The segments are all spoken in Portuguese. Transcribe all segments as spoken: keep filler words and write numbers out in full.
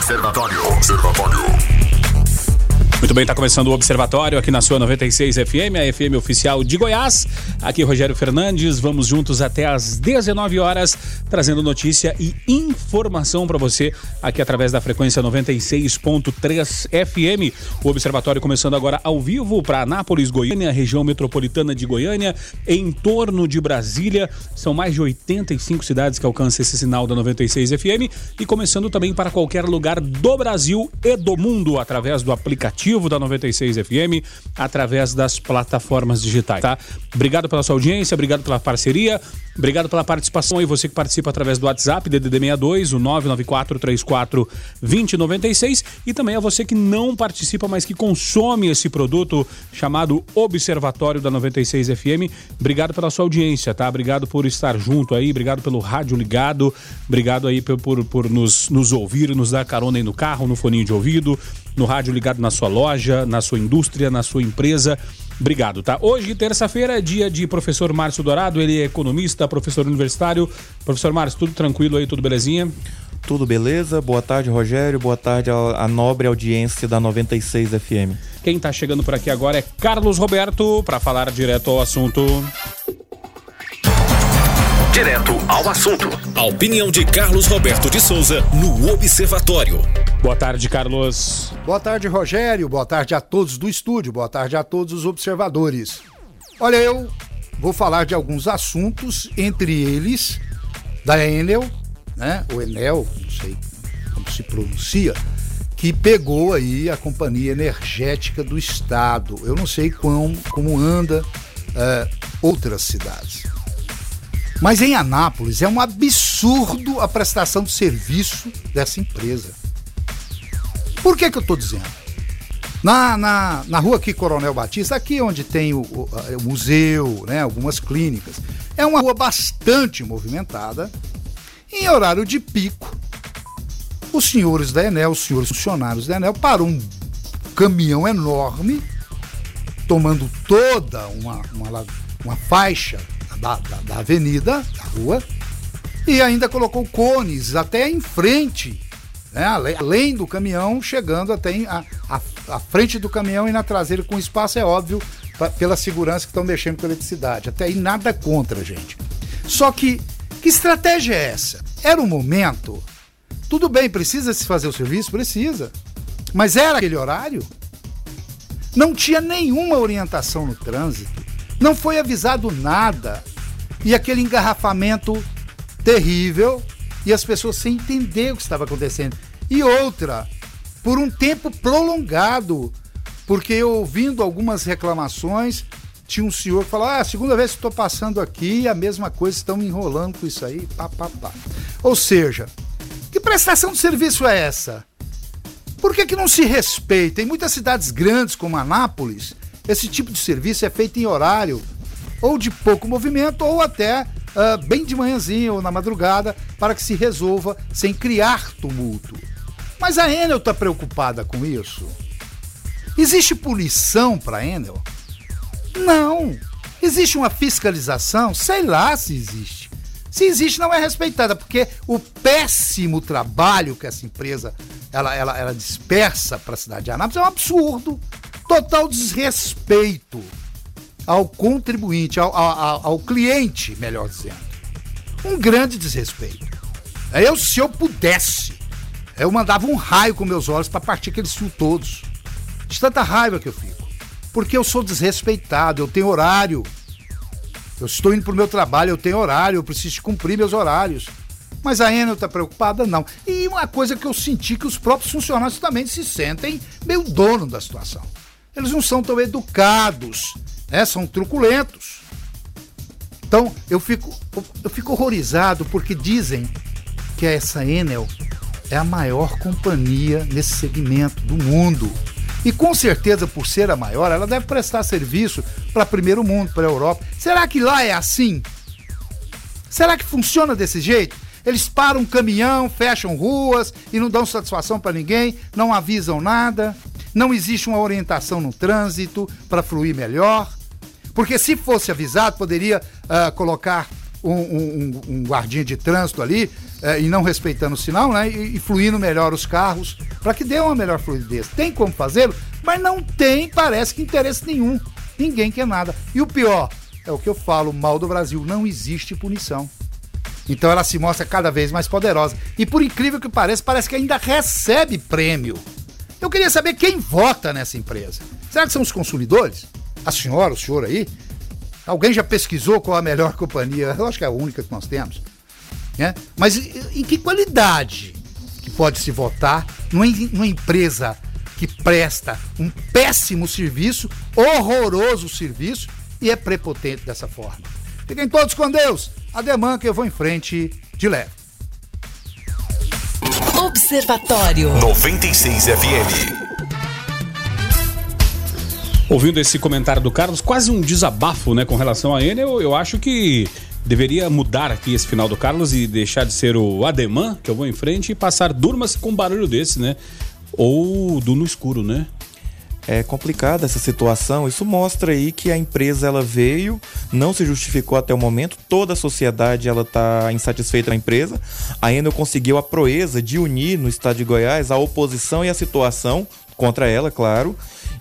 Observatório. Observatório. Muito bem, está começando o Observatório aqui na sua noventa e seis F M, a F M oficial de Goiás. Aqui Rogério Fernandes, vamos juntos até às dezenove horas, trazendo notícia e informação para você aqui através da frequência noventa e seis ponto três F M. O Observatório começando agora ao vivo para Anápolis, Goiânia, região metropolitana de Goiânia, em torno de Brasília. São mais de oitenta e cinco cidades que alcançam esse sinal da noventa e seis F M e começando também para qualquer lugar do Brasil e do mundo através do aplicativo da noventa e seis F M, através das plataformas digitais, tá? Obrigado pela sua audiência, obrigado pela parceria, obrigado pela participação e você que participa através do WhatsApp, D D D sessenta e dois, o nove nove quatro três quatro dois zero nove seis, e também a você que não participa, mas que consome esse produto chamado Observatório da noventa e seis F M. Obrigado pela sua audiência, tá? Obrigado por estar junto aí, obrigado pelo rádio ligado, obrigado aí por, por, por nos, nos ouvir, nos dar carona aí no carro, no foninho de ouvido, no rádio ligado na sua loja, na sua indústria, na sua empresa. Obrigado, tá? Hoje, terça-feira, é dia de professor Márcio Dourado, ele é economista, professor universitário. Professor Márcio, tudo tranquilo aí, tudo belezinha? Tudo beleza, boa tarde, Rogério, boa tarde à nobre audiência da noventa e seis F M. Quem tá chegando por aqui agora é Carlos Roberto, para falar direto ao assunto. Direto ao assunto. A opinião de Carlos Roberto de Souza no Observatório. Boa tarde, Carlos. Boa tarde, Rogério. Boa tarde a todos do estúdio. Boa tarde a todos os observadores. Olha, eu vou falar de alguns assuntos, entre eles da Enel, né? O Enel, não sei como se pronuncia, que pegou aí a companhia energética do estado. Eu não sei como, como anda uh, outras cidades. Mas em Anápolis é um absurdo a prestação de serviço dessa empresa. Por que que eu estou dizendo? Na, na, na rua aqui, Coronel Batista, aqui onde tem o, o, o museu, né, algumas clínicas, é uma rua bastante movimentada. Em horário de pico, os senhores da Enel, os senhores funcionários da Enel, param um caminhão enorme, tomando toda uma, uma, uma faixa Da, da, da avenida, da rua, e ainda colocou cones até em frente, né, além, além do caminhão, chegando até em, a, a, a frente do caminhão e na traseira com espaço, é óbvio, pra, pela segurança que estão mexendo com a eletricidade. Até aí nada contra, gente. Só que, que estratégia é essa? Era um momento, tudo bem, precisa se fazer o serviço? Precisa. Mas era aquele horário? Não tinha nenhuma orientação no trânsito. Não foi avisado nada. E aquele engarrafamento terrível e as pessoas sem entender o que estava acontecendo. E outra, por um tempo prolongado, porque eu, ouvindo algumas reclamações, tinha um senhor que falou, ah, a segunda vez que estou passando aqui, a mesma coisa, estão me enrolando com isso aí, pá, pá, pá. Ou seja, que prestação de serviço é essa? Por que que não se respeita? Em muitas cidades grandes, como Anápolis, esse tipo de serviço é feito em horário ou de pouco movimento ou até uh, bem de manhãzinha ou na madrugada para que se resolva sem criar tumulto. Mas a Enel está preocupada com isso? Existe punição para a Enel? Não. Existe uma fiscalização? Sei lá se existe. Se existe, não é respeitada, porque o péssimo trabalho que essa empresa ela, ela, ela dispersa para a cidade de Anápolis é um absurdo. Total desrespeito ao contribuinte, ao, ao, ao cliente, melhor dizendo. Um grande desrespeito. Eu, se eu pudesse, eu mandava um raio com meus olhos para partir aqueles fios todos. De tanta raiva que eu fico. Porque eu sou desrespeitado, eu tenho horário. Eu estou indo para o meu trabalho, eu tenho horário, eu preciso cumprir meus horários. Mas a Enel está preocupada? Não. E uma coisa que eu senti que os próprios funcionários também se sentem meio dono da situação. Eles não são tão educados, né? São truculentos. Então, eu fico, eu fico horrorizado porque dizem que essa Enel é a maior companhia nesse segmento do mundo. E com certeza, por ser a maior, ela deve prestar serviço para primeiro mundo, para a Europa. Será que lá é assim? Será que funciona desse jeito? Eles param um caminhão, fecham ruas e não dão satisfação para ninguém, não avisam nada. Não existe uma orientação no trânsito para fluir melhor, porque se fosse avisado, poderia uh, colocar um, um, um guardinha de trânsito ali, é, e não respeitando o sinal, né? E, e fluindo melhor os carros, para que dê uma melhor fluidez. Tem como fazê-lo, mas não tem, parece que interesse nenhum. Ninguém quer nada. E o pior, é o que eu falo mal do Brasil, não existe punição. Então ela se mostra cada vez mais poderosa. E por incrível que pareça, parece que ainda recebe prêmio. Eu queria saber quem vota nessa empresa. Será que são os consumidores? A senhora, o senhor aí? Alguém já pesquisou qual a melhor companhia? Eu acho que é a única que nós temos. Né? Mas em que qualidade que pode se votar numa, numa empresa que presta um péssimo serviço, horroroso serviço, e é prepotente dessa forma? Fiquem todos com Deus. Ademã que eu vou em frente de leve. Observatório noventa e seis F M. Ouvindo esse comentário do Carlos, quase um desabafo, né, com relação a Enel, eu acho que deveria mudar aqui esse final do Carlos e deixar de ser o Ademã, que eu vou em frente, e passar Durma-se com um barulho desse, né? Ou do no escuro, né? É complicada essa situação. Isso mostra aí que a empresa ela veio, não se justificou até o momento, toda a sociedade ela está insatisfeita com a empresa. A Enel conseguiu a proeza de unir no estado de Goiás a oposição e a situação contra ela, claro.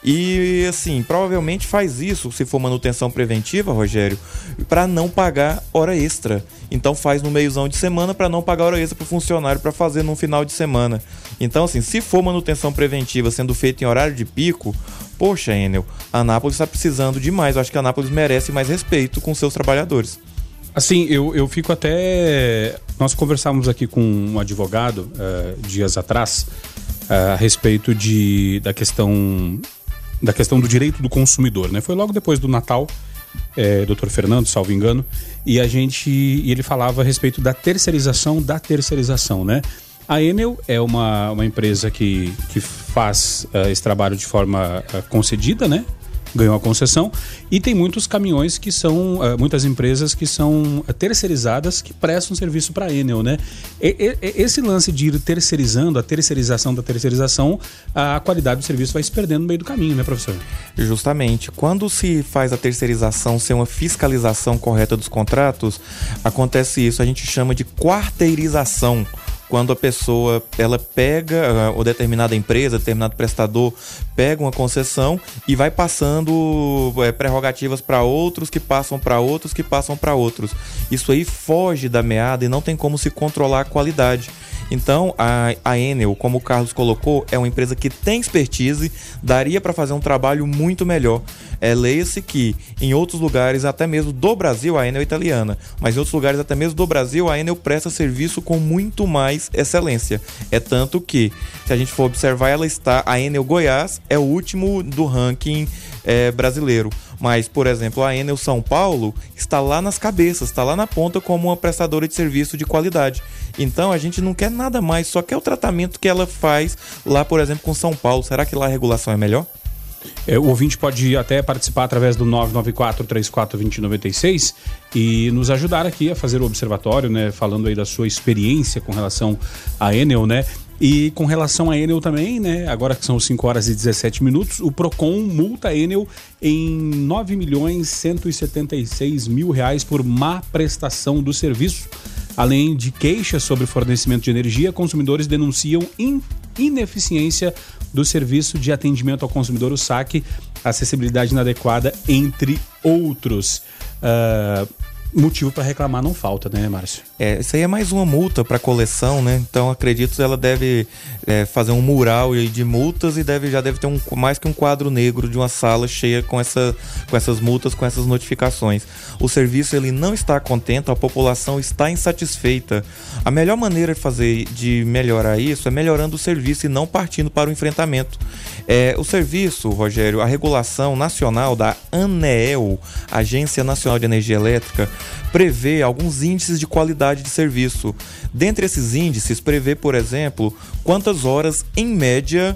E assim, provavelmente faz isso, se for manutenção preventiva, Rogério, para não pagar hora extra. Então faz no meiozão de semana para não pagar hora extra para o funcionário para fazer no final de semana. Então assim, se for manutenção preventiva sendo feita em horário de pico, poxa, Enel, a Anápolis está precisando demais. Eu acho que a Anápolis merece mais respeito com seus trabalhadores. Assim, eu, eu fico até... Nós conversávamos aqui com um advogado uh, dias atrás uh, a respeito de, da questão... da questão do direito do consumidor, né? Foi logo depois do Natal, é, doutor Fernando, salvo engano, e a gente, e ele falava a respeito da terceirização da terceirização, né? A Enel é uma, uma empresa que, que faz uh, esse trabalho de forma uh, concedida, né? Ganhou a concessão, e tem muitos caminhões que são, uh, muitas empresas que são uh, terceirizadas, que prestam serviço para a Enel, né? E, e, esse lance de ir terceirizando, a terceirização da terceirização, a qualidade do serviço vai se perdendo no meio do caminho, né, professor? Justamente. Quando se faz a terceirização sem uma fiscalização correta dos contratos, acontece isso, a gente chama de quarteirização. Quando a pessoa, ela pega, ou determinada empresa, determinado prestador, pega uma concessão e vai passando é, prerrogativas para outros, que passam para outros, que passam para outros. Isso aí foge da meada e não tem como se controlar a qualidade. Então, a, a Enel, como o Carlos colocou, é uma empresa que tem expertise, daria para fazer um trabalho muito melhor. É, leia-se que em outros lugares, até mesmo do Brasil, a Enel é italiana, mas em outros lugares, até mesmo do Brasil, a Enel presta serviço com muito mais excelência. É tanto que, se a gente for observar, ela está, a Enel Goiás é o último do ranking é, brasileiro. Mas, por exemplo, a Enel São Paulo está lá nas cabeças, está lá na ponta como uma prestadora de serviço de qualidade. Então, a gente não quer nada mais, só quer o tratamento que ela faz lá, por exemplo, com São Paulo. Será que lá a regulação é melhor? É, o ouvinte pode até participar através do nove nove quatro, três quatro dois zero nove seis e nos ajudar aqui a fazer o observatório, né? Falando aí da sua experiência com relação à Enel, né? E com relação à Enel também, né? Agora que são cinco horas e dezessete minutos, o Procon multa a Enel em nove milhões cento e setenta e seis mil reais por má prestação do serviço. Além de queixas sobre fornecimento de energia, consumidores denunciam in- ineficiência do serviço de atendimento ao consumidor, o saque, acessibilidade inadequada, entre outros. Uh, motivo para reclamar não falta, né, Márcio? É, isso aí é mais uma multa para coleção, né? Então, acredito que ela deve é, fazer um mural de multas e deve, já deve ter um, mais que um quadro negro de uma sala cheia com, essa, com essas multas, com essas notificações. O serviço ele não está contente, a população está insatisfeita. A melhor maneira de fazer, de melhorar isso é melhorando o serviço e não partindo para o enfrentamento. É, o serviço, Rogério, a regulação nacional da ANEEL, Agência Nacional de Energia Elétrica, prevê alguns índices de qualidade de serviço. Dentre esses índices, prevê, por exemplo, quantas horas, em média,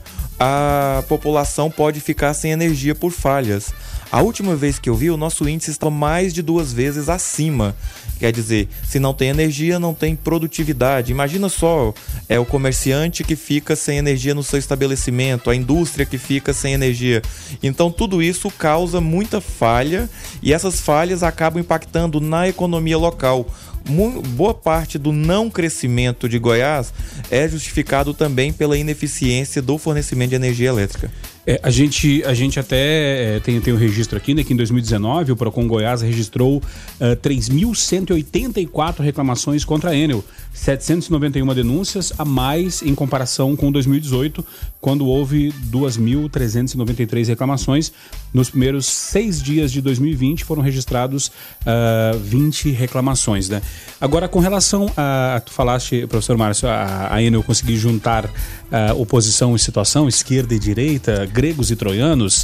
a população pode ficar sem energia por falhas. A última vez que eu vi, o nosso índice estava mais de duas vezes acima. Quer dizer, se não tem energia, não tem produtividade. Imagina só, é o comerciante que fica sem energia no seu estabelecimento, a indústria que fica sem energia. Então, tudo isso causa muita falha e essas falhas acabam impactando na economia local. mu- boa parte do não crescimento de Goiás é justificado também pela ineficiência do fornecimento de energia elétrica. É, a, gente, a gente até é, tem, tem o registro aqui, né, que em dois mil e dezenove o Procon Goiás registrou uh, três mil cento e oitenta e quatro reclamações contra a Enel, setecentas e noventa e uma denúncias a mais em comparação com dois mil e dezoito, quando houve duas mil trezentas e noventa e três reclamações. Nos primeiros seis dias de dois mil e vinte foram registrados uh, vinte reclamações, né? Agora, com relação a... Tu falaste, professor Márcio, a, a Enel conseguir juntar uh, oposição e situação, esquerda e direita, gregos e troianos,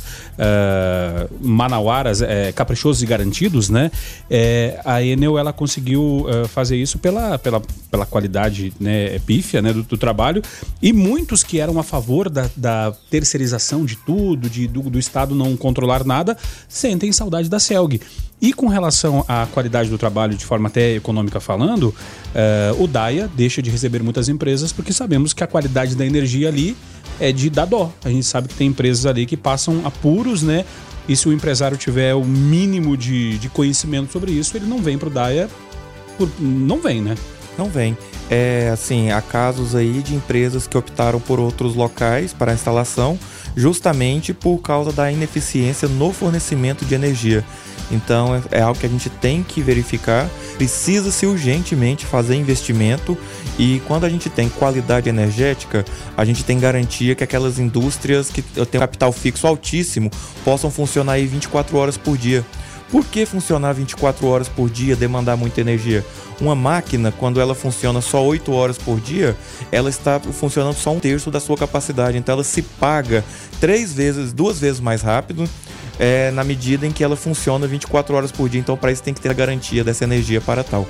uh, manauaras, é, caprichosos e garantidos, né? É, a Enel, ela conseguiu uh, fazer isso pela, pela, pela qualidade, né, pífia, né, do, do trabalho, e muitos que eram a favor da, da terceirização de tudo, de, do, do Estado não controlar nada, sentem saudade da Celg. E com relação à qualidade do trabalho, de forma até econômica falando, uh, o DAIA deixa de receber muitas empresas, porque sabemos que a qualidade da energia ali é de dar dó. A gente sabe que tem empresas ali que passam apuros, né? E se o empresário tiver o mínimo de, de conhecimento sobre isso, ele não vem pro DAIA, por, não vem, né? Não vem. É, assim, há casos aí de empresas que optaram por outros locais para a instalação, justamente por causa da ineficiência no fornecimento de energia. Então é, é algo que a gente tem que verificar, precisa-se urgentemente fazer investimento, e quando a gente tem qualidade energética, a gente tem garantia que aquelas indústrias que têm um capital fixo altíssimo possam funcionar aí vinte e quatro horas por dia. Por que funcionar vinte e quatro horas por dia, demandar muita energia? Uma máquina, quando ela funciona só oito horas por dia, ela está funcionando só um terço da sua capacidade. Então ela se paga três vezes, duas vezes mais rápido, é, na medida em que ela funciona vinte e quatro horas por dia. Então para isso tem que ter a garantia dessa energia para tal.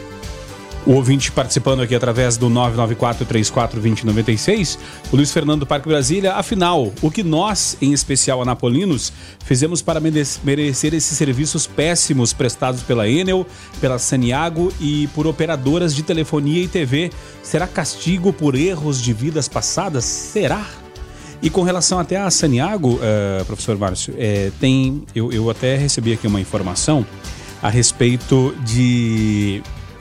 O ouvinte participando aqui através do nove nove quatro, três quatro dois zero nove seis, o Luiz Fernando do Parque Brasília. Afinal, o que nós, em especial anapolinos, fizemos para merecer esses serviços péssimos prestados pela Enel, pela Saniago e por operadoras de telefonia e T V? Será castigo por erros de vidas passadas? Será? E com relação até a Saniago, uh, professor Márcio, é, tem, eu, eu até recebi aqui uma informação a respeito de...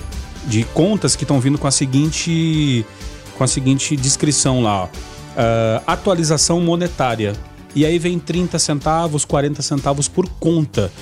de contas que estão vindo com a seguinte com a seguinte descrição lá, ó. Uh, atualização monetária, e aí vem trinta centavos, quarenta centavos por conta.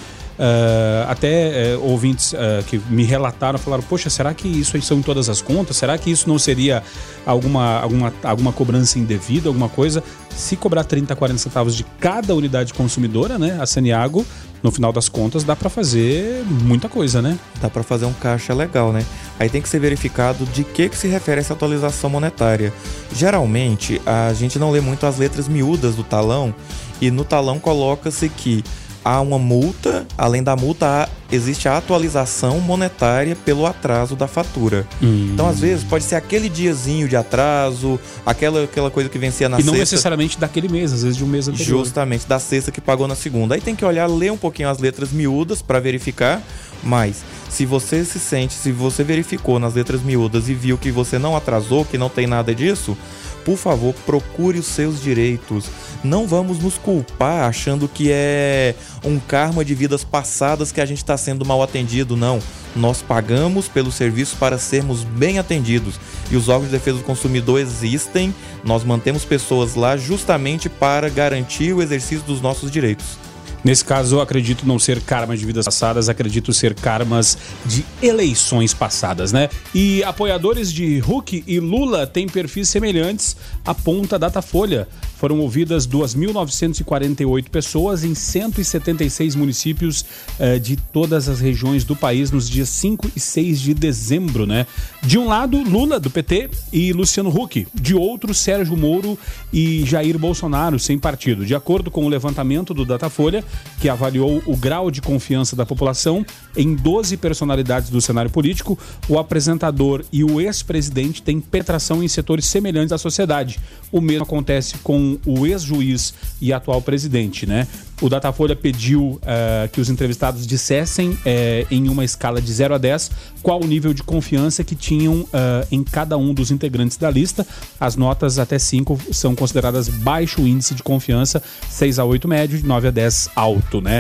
Uh, até uh, ouvintes uh, que me relataram, falaram, poxa, será que isso aí são em todas as contas? Será que isso não seria alguma, alguma, alguma cobrança indevida, alguma coisa? Se cobrar trinta, quarenta centavos de cada unidade consumidora, né, a Saniago, no final das contas, dá para fazer muita coisa, né? Dá para fazer um caixa legal, né? Aí tem que ser verificado de que, que se refere essa atualização monetária. Geralmente, a gente não lê muito as letras miúdas do talão, e no talão coloca-se que há uma multa, além da multa há, existe a atualização monetária pelo atraso da fatura. Hum. Então, às vezes, pode ser aquele diazinho de atraso, aquela, aquela coisa que vencia na sexta. E não necessariamente daquele mês, às vezes de um mês anterior. Justamente, da sexta que pagou na segunda. Aí tem que olhar, ler um pouquinho as letras miúdas para verificar, mas se você se sente, se você verificou nas letras miúdas e viu que você não atrasou, que não tem nada disso, por favor, procure os seus direitos. Não vamos nos culpar achando que é um karma de vidas passadas que a gente está sendo mal atendido. Não. Nós pagamos pelo serviço para sermos bem atendidos. E os órgãos de defesa do consumidor existem. Nós mantemos pessoas lá justamente para garantir o exercício dos nossos direitos. Nesse caso, eu acredito não ser karma de vidas passadas, acredito ser karmas de eleições passadas, né? E apoiadores de Huck e Lula têm perfis semelhantes, aponta a Datafolha. Foram ouvidas duas mil novecentas e quarenta e oito pessoas em cento e setenta e seis municípios uh, de todas as regiões do país nos dias cinco e seis de dezembro, né? De um lado, Lula, do P T, e Luciano Huck. De outro, Sérgio Moro e Jair Bolsonaro, sem partido. De acordo com o levantamento do Datafolha, que avaliou o grau de confiança da população em doze personalidades do cenário político, o apresentador e o ex-presidente têm penetração em setores semelhantes da sociedade. O mesmo acontece com o ex-juiz e atual presidente, né? O Datafolha pediu uh, que os entrevistados dissessem, uh, em uma escala de zero a dez, qual o nível de confiança que tinham uh, em cada um dos integrantes da lista. As notas até cinco são consideradas baixo índice de confiança, seis a oito médio, nove a dez alto, né?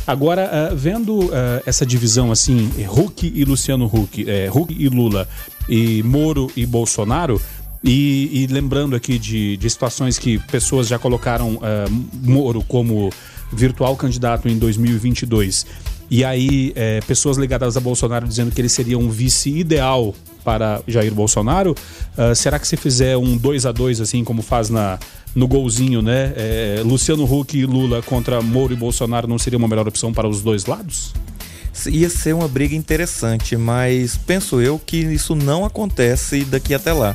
Agora, uh, vendo uh, essa divisão assim, Huck e Luciano Huck, é, Huck e Lula, e Moro e Bolsonaro, e, e lembrando aqui de, de situações que pessoas já colocaram uh, Moro como virtual candidato em dois mil e vinte e dois, e aí é, pessoas ligadas a Bolsonaro dizendo que ele seria um vice ideal para Jair Bolsonaro, uh, será que se fizer um dois a dois, assim como faz na, no golzinho, né? É, Luciano Huck e Lula contra Moro e Bolsonaro não seria uma melhor opção para os dois lados? Ia ser uma briga interessante, mas penso eu que isso não acontece daqui até lá.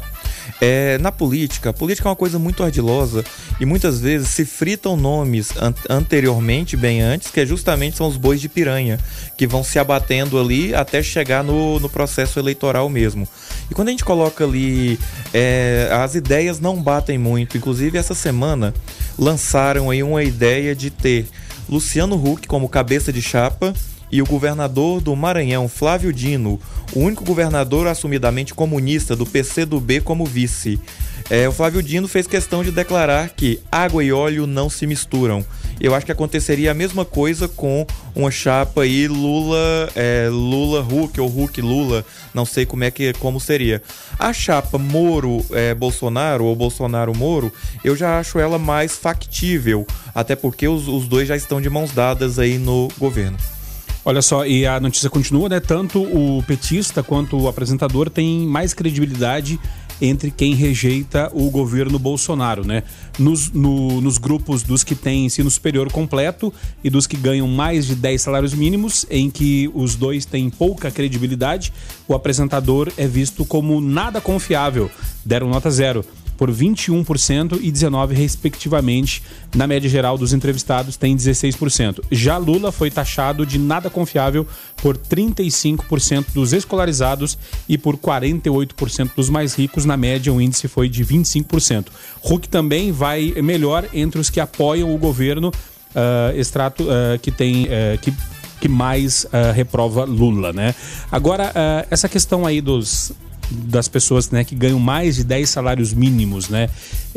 É, na política, a política é uma coisa muito ardilosa e muitas vezes se fritam nomes an- anteriormente, bem antes, que é justamente são os bois de piranha, que vão se abatendo ali até chegar no, no processo eleitoral mesmo. E quando a gente coloca ali, é, as ideias não batem muito. Inclusive essa semana lançaram aí uma ideia de ter Luciano Huck como cabeça de chapa e o governador do Maranhão, Flávio Dino, o único governador assumidamente comunista do P C do B, como vice. É, o Flávio Dino fez questão de declarar que água e óleo não se misturam. Eu acho que aconteceria a mesma coisa com uma chapa aí Lula, é, Lula Huck ou Huck Lula, não sei como é que como seria. A chapa Moro é, Bolsonaro ou Bolsonaro Moro, eu já acho ela mais factível, até porque os, os dois já estão de mãos dadas aí no governo. Olha só, e a notícia continua, né? Tanto o petista quanto o apresentador têm mais credibilidade entre quem rejeita o governo Bolsonaro, né? Nos, no, nos grupos dos que têm ensino superior completo e dos que ganham mais de dez salários mínimos, em que os dois têm pouca credibilidade, o apresentador é visto como nada confiável, deram nota zero, por vinte e um por cento e dezenove por cento respectivamente. Na média geral dos entrevistados tem dezesseis por cento. Já Lula foi taxado de nada confiável por trinta e cinco por cento dos escolarizados e por quarenta e oito por cento dos mais ricos. Na média o índice foi de vinte e cinco por cento. Huck também vai melhor entre os que apoiam o governo, uh, extrato uh, que tem... Uh, que que mais uh, reprova Lula, né? Agora, uh, essa questão aí dos... das pessoas, né, que ganham mais de dez salários mínimos, né,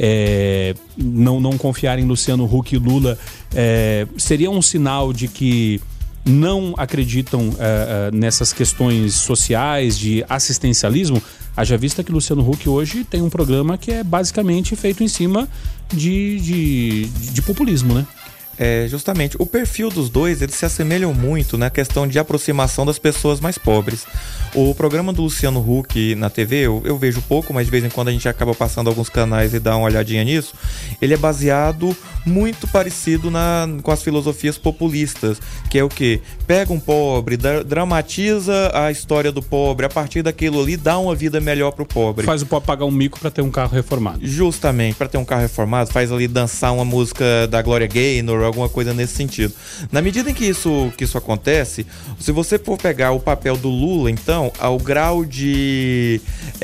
é, não, não confiar em Luciano Huck e Lula, é, seria um sinal de que não acreditam é, nessas questões sociais de assistencialismo, haja vista que Luciano Huck hoje tem um programa que é basicamente feito em cima de, de, de populismo, né? É, justamente, o perfil dos dois, eles se assemelham muito na questão de aproximação das pessoas mais pobres. O programa do Luciano Huck na T V, eu, eu vejo pouco, mas de vez em quando a gente acaba passando alguns canais e dá uma olhadinha nisso. Ele é baseado muito parecido na, com as filosofias populistas, que é o quê? Pega um pobre, dra- dramatiza a história do pobre, a partir daquilo ali dá uma vida melhor pro pobre. Faz o pobre pagar um mico para ter um carro reformado. Justamente, para ter um carro reformado, faz ali dançar uma música da Gloria Gaynor, alguma coisa nesse sentido. Na medida em que isso, que isso acontece, se você for pegar o papel do Lula, então, ao grau de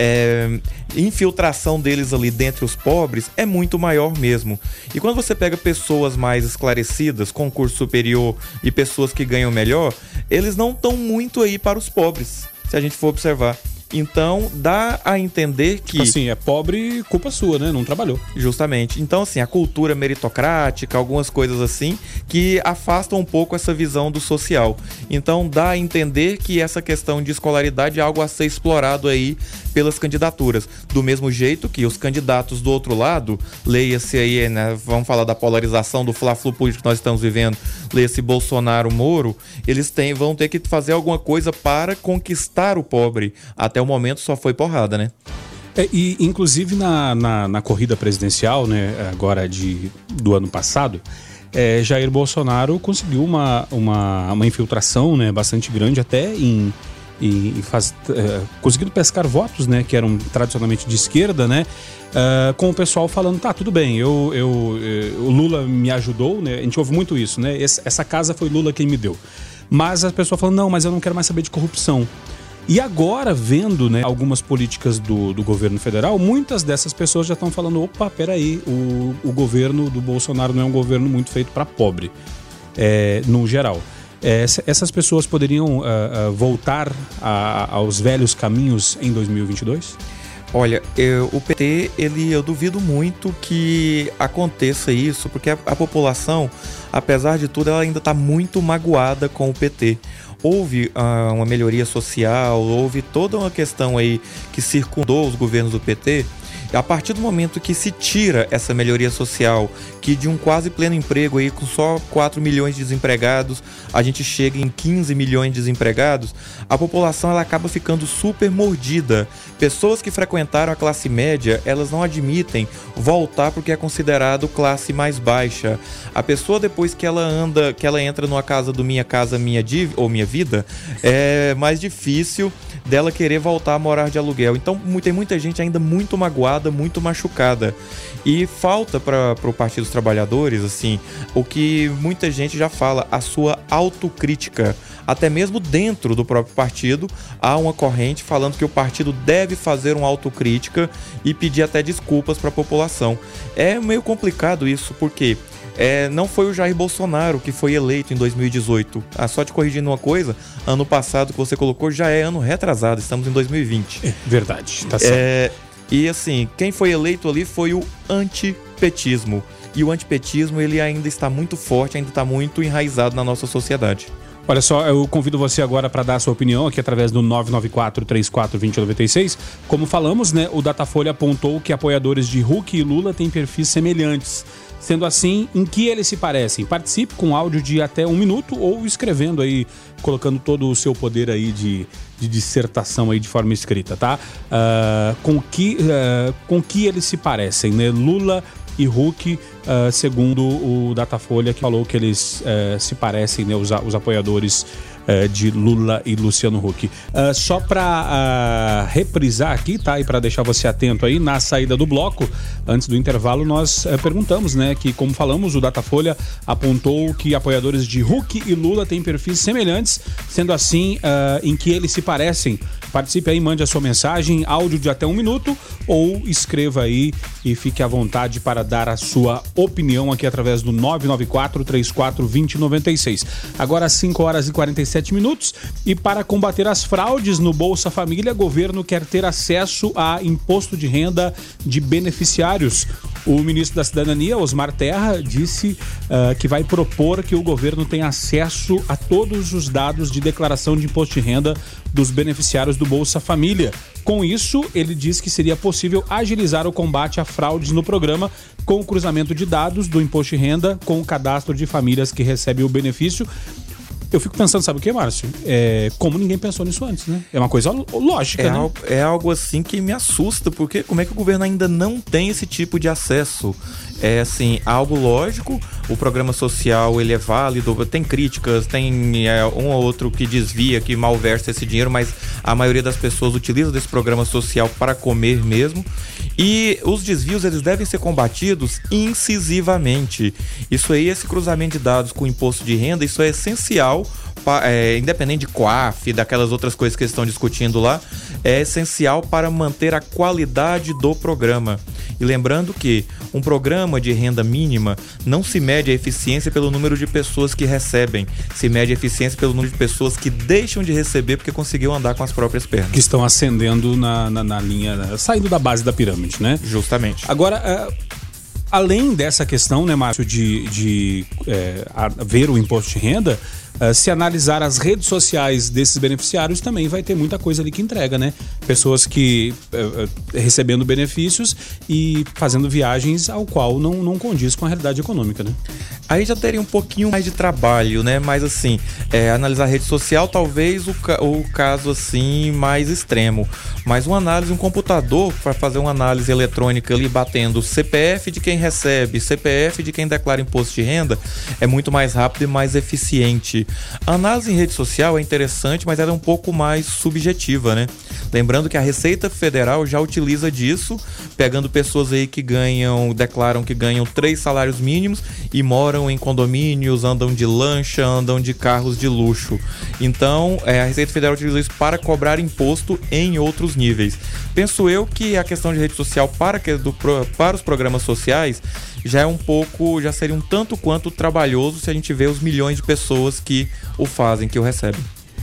é, infiltração deles ali dentre os pobres é muito maior mesmo. E quando você pega pessoas mais esclarecidas, com curso superior e pessoas que ganham melhor, eles não estão muito aí para os pobres, se a gente for observar. Então, dá a entender que... Assim, é pobre, culpa sua, né? Não trabalhou. Justamente. Então, assim, a cultura meritocrática, algumas coisas assim, que afastam um pouco essa visão do social. Então, dá a entender que essa questão de escolaridade é algo a ser explorado aí pelas candidaturas. Do mesmo jeito que os candidatos do outro lado, leia-se aí, né, vamos falar da polarização do fla-flu político que nós estamos vivendo, leia-se Bolsonaro, Moro, eles têm, vão ter que fazer alguma coisa para conquistar o pobre. Até o momento só foi porrada, né? É, e inclusive na, na, na corrida presidencial, né, agora de, do ano passado, é, Jair Bolsonaro conseguiu uma, uma, uma infiltração, né, bastante grande até em, em faz, é, conseguindo pescar votos, né, que eram tradicionalmente de esquerda, né, é, com o pessoal falando, tá, tudo bem, eu, eu, eu, o Lula me ajudou, né, a gente ouve muito isso, né, essa, essa casa foi Lula quem me deu. Mas a pessoa falando, não, mas eu não quero mais saber de corrupção. E agora, vendo, né, algumas políticas do, do governo federal, muitas dessas pessoas já estão falando, opa, peraí, o, o governo do Bolsonaro não é um governo muito feito para pobre, é, no geral. É, essas pessoas poderiam uh, uh, voltar a, aos velhos caminhos em dois mil e vinte e dois? Olha, eu, o P T, ele, eu duvido muito que aconteça isso, porque a, a população, apesar de tudo, ela ainda está muito magoada com o P T. Houve uh, uma melhoria social, houve toda uma questão aí que circundou os governos do P T. A partir do momento que se tira essa melhoria social, que de um quase pleno emprego aí com só quatro milhões de desempregados, a gente chega em quinze milhões de desempregados, a população ela acaba ficando super mordida. Pessoas que frequentaram a classe média, elas não admitem voltar porque é considerado classe mais baixa. A pessoa, depois que ela anda, que ela entra numa casa do Minha Casa Minha Dívida, ou Minha Vida, é mais difícil dela querer voltar a morar de aluguel. Então tem muita gente ainda muito magoada, muito machucada. E falta para o Partido dos Trabalhadores, assim, o que muita gente já fala, a sua autocrítica. Até mesmo dentro do próprio partido, há uma corrente falando que o partido deve fazer uma autocrítica e pedir até desculpas para a população. É meio complicado isso, porque É, não foi o Jair Bolsonaro que foi eleito em dois mil e dezoito. Ah, só te corrigindo uma coisa, ano passado que você colocou já é ano retrasado, estamos em dois mil e vinte. É verdade, tá certo. É, e assim, quem foi eleito ali foi o antipetismo. E o antipetismo, ele ainda está muito forte, ainda está muito enraizado na nossa sociedade. Olha só, eu convido você agora para dar a sua opinião aqui através do nove nove quatro, três quatro dois zero nove seis. Como falamos, né, o Datafolha apontou que apoiadores de Huck e Lula têm perfis semelhantes. Sendo assim, em que eles se parecem? Participe com áudio de até um minuto ou escrevendo aí, colocando todo o seu poder aí de, de dissertação aí de forma escrita, tá? Uh, com, que, uh, com que eles se parecem, né? Lula e Huck, uh, segundo o Datafolha, que falou que eles uh, se parecem, né? Os, os apoiadores uh, de Lula e Luciano Huck. Uh, só para uh, reprisar aqui, tá? E para deixar você atento aí, na saída do bloco, antes do intervalo, nós uh, perguntamos, né? Que, como falamos, o Datafolha apontou que apoiadores de Huck e Lula têm perfis semelhantes, sendo assim, uh, em que eles se parecem. Participe aí, mande a sua mensagem, áudio de até um minuto, ou escreva aí e fique à vontade para dar a sua opinião aqui através do nove nove quatro, três quatro dois zero nove seis. Agora cinco horas e quarenta e sete minutos, e para combater as fraudes no Bolsa Família, governo quer ter acesso a imposto de renda de beneficiários. O ministro da Cidadania, Osmar Terra, disse uh, que vai propor que o governo tenha acesso a todos os dados de declaração de imposto de renda dos beneficiários do Bolsa Família. Com isso, ele diz que seria possível agilizar o combate a fraudes no programa com o cruzamento de dados do imposto de renda com o cadastro de famílias que recebem o benefício. Eu fico pensando, sabe o que, Márcio? É, como ninguém pensou nisso antes, né? É uma coisa lógica, é né? Algo, é algo assim que me assusta, porque como é que o governo ainda não tem esse tipo de acesso? É assim, algo lógico, o programa social ele é válido, tem críticas, tem é, um ou outro que desvia, que malversa esse dinheiro, mas a maioria das pessoas utiliza desse programa social para comer mesmo. E os desvios, eles devem ser combatidos incisivamente. Isso aí, esse cruzamento de dados com o imposto de renda, isso é essencial, é, independente de C O A F, daquelas outras coisas que eles estão discutindo lá, é essencial para manter a qualidade do programa. E lembrando que um programa de renda mínima não se mede a eficiência pelo número de pessoas que recebem, se mede a eficiência pelo número de pessoas que deixam de receber porque conseguiu andar com as próprias pernas. Que estão ascendendo na, na, na linha, saindo da base da pirâmide, né? Justamente. Agora, uh, além dessa questão, né, Márcio, de, de é, ver o imposto de renda, Uh, se analisar as redes sociais desses beneficiários, também vai ter muita coisa ali que entrega, né? Pessoas que uh, uh, recebendo benefícios e fazendo viagens ao qual não, não condiz com a realidade econômica, né? Aí já teria um pouquinho mais de trabalho, né? Mas assim, é, analisar a rede social, talvez o, ca- o caso assim mais extremo. Mas uma análise, um computador para fazer uma análise eletrônica ali batendo C P F de quem recebe, C P F de quem declara imposto de renda, é muito mais rápido e mais eficiente. A análise em rede social é interessante, mas ela é um pouco mais subjetiva, né? Lembrando que a Receita Federal já utiliza disso, pegando pessoas aí que ganham, declaram que ganham três salários mínimos e moram em condomínios, andam de lancha, andam de carros de luxo. Então, é, a Receita Federal utiliza isso para cobrar imposto em outros níveis. Penso eu que a questão de rede social para, que, do, para os programas sociais já é um pouco, já seria um tanto quanto trabalhoso se a gente vê os milhões de pessoas que o fazem, que o recebem.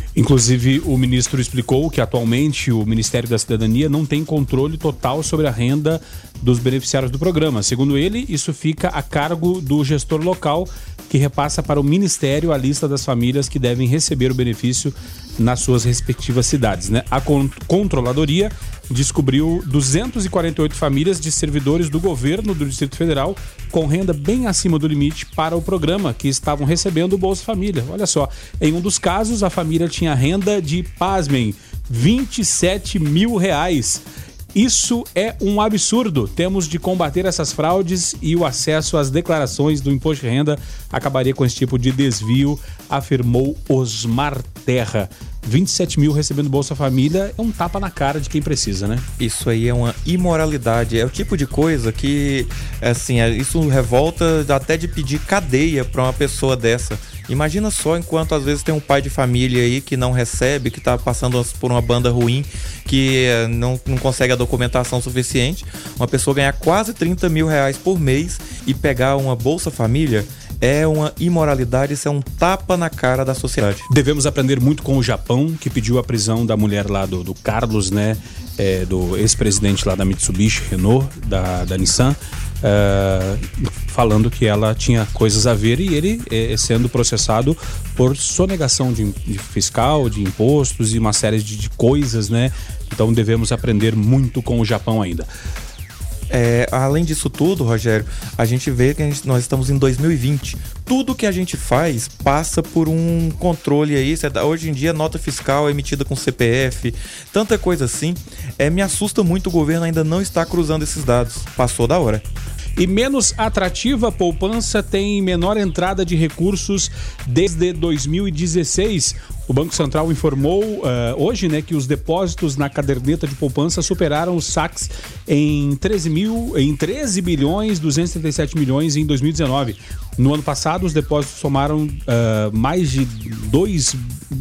Inclusive, o ministro explicou que atualmente o Ministério da Cidadania não tem controle total sobre a renda dos beneficiários do programa. Segundo ele, isso fica a cargo do gestor local, que repassa para o Ministério a lista das famílias que devem receber o benefício nas suas respectivas cidades, né? A Controladoria descobriu duzentas e quarenta e oito famílias de servidores do governo do Distrito Federal com renda bem acima do limite para o programa, que estavam recebendo o Bolsa Família. Olha só, em um dos casos, a família tinha renda de, pasmem, vinte e sete mil reais. Isso é um absurdo. Temos de combater essas fraudes e o acesso às declarações do imposto de renda acabaria com esse tipo de desvio, afirmou Osmar Terra. vinte e sete mil recebendo Bolsa Família é um tapa na cara de quem precisa, né? Isso aí é uma imoralidade, é o tipo de coisa que, assim, isso revolta até de pedir cadeia para uma pessoa dessa. Imagina só, enquanto às vezes tem um pai de família aí que não recebe, que está passando por uma banda ruim, que não, não consegue a documentação suficiente, uma pessoa ganhar quase trinta mil reais por mês e pegar uma Bolsa Família é uma imoralidade, isso é um tapa na cara da sociedade. Devemos aprender muito com o Japão, que pediu a prisão da mulher lá do, do Carlos, né? É, do ex-presidente lá da Mitsubishi, Renault, da, da Nissan, uh, falando que ela tinha coisas a ver e ele é, sendo processado por sonegação de, de fiscal, de impostos e uma série de, de coisas, né? Então devemos aprender muito com o Japão ainda. É, além disso tudo, Rogério, a gente vê que a gente, nós estamos em dois mil e vinte. Tudo que a gente faz passa por um controle aí. Hoje em dia, nota fiscal é emitida com C P F, tanta coisa assim. É, me assusta muito o governo ainda não estar cruzando esses dados. Passou da hora. E menos atrativa, a poupança tem menor entrada de recursos desde dois mil e dezesseis. O Banco Central informou uh, hoje, né, que os depósitos na caderneta de poupança superaram os saques em treze bilhões duzentos e trinta e sete milhões em dois mil e dezenove. No ano passado, os depósitos somaram uh, mais de dois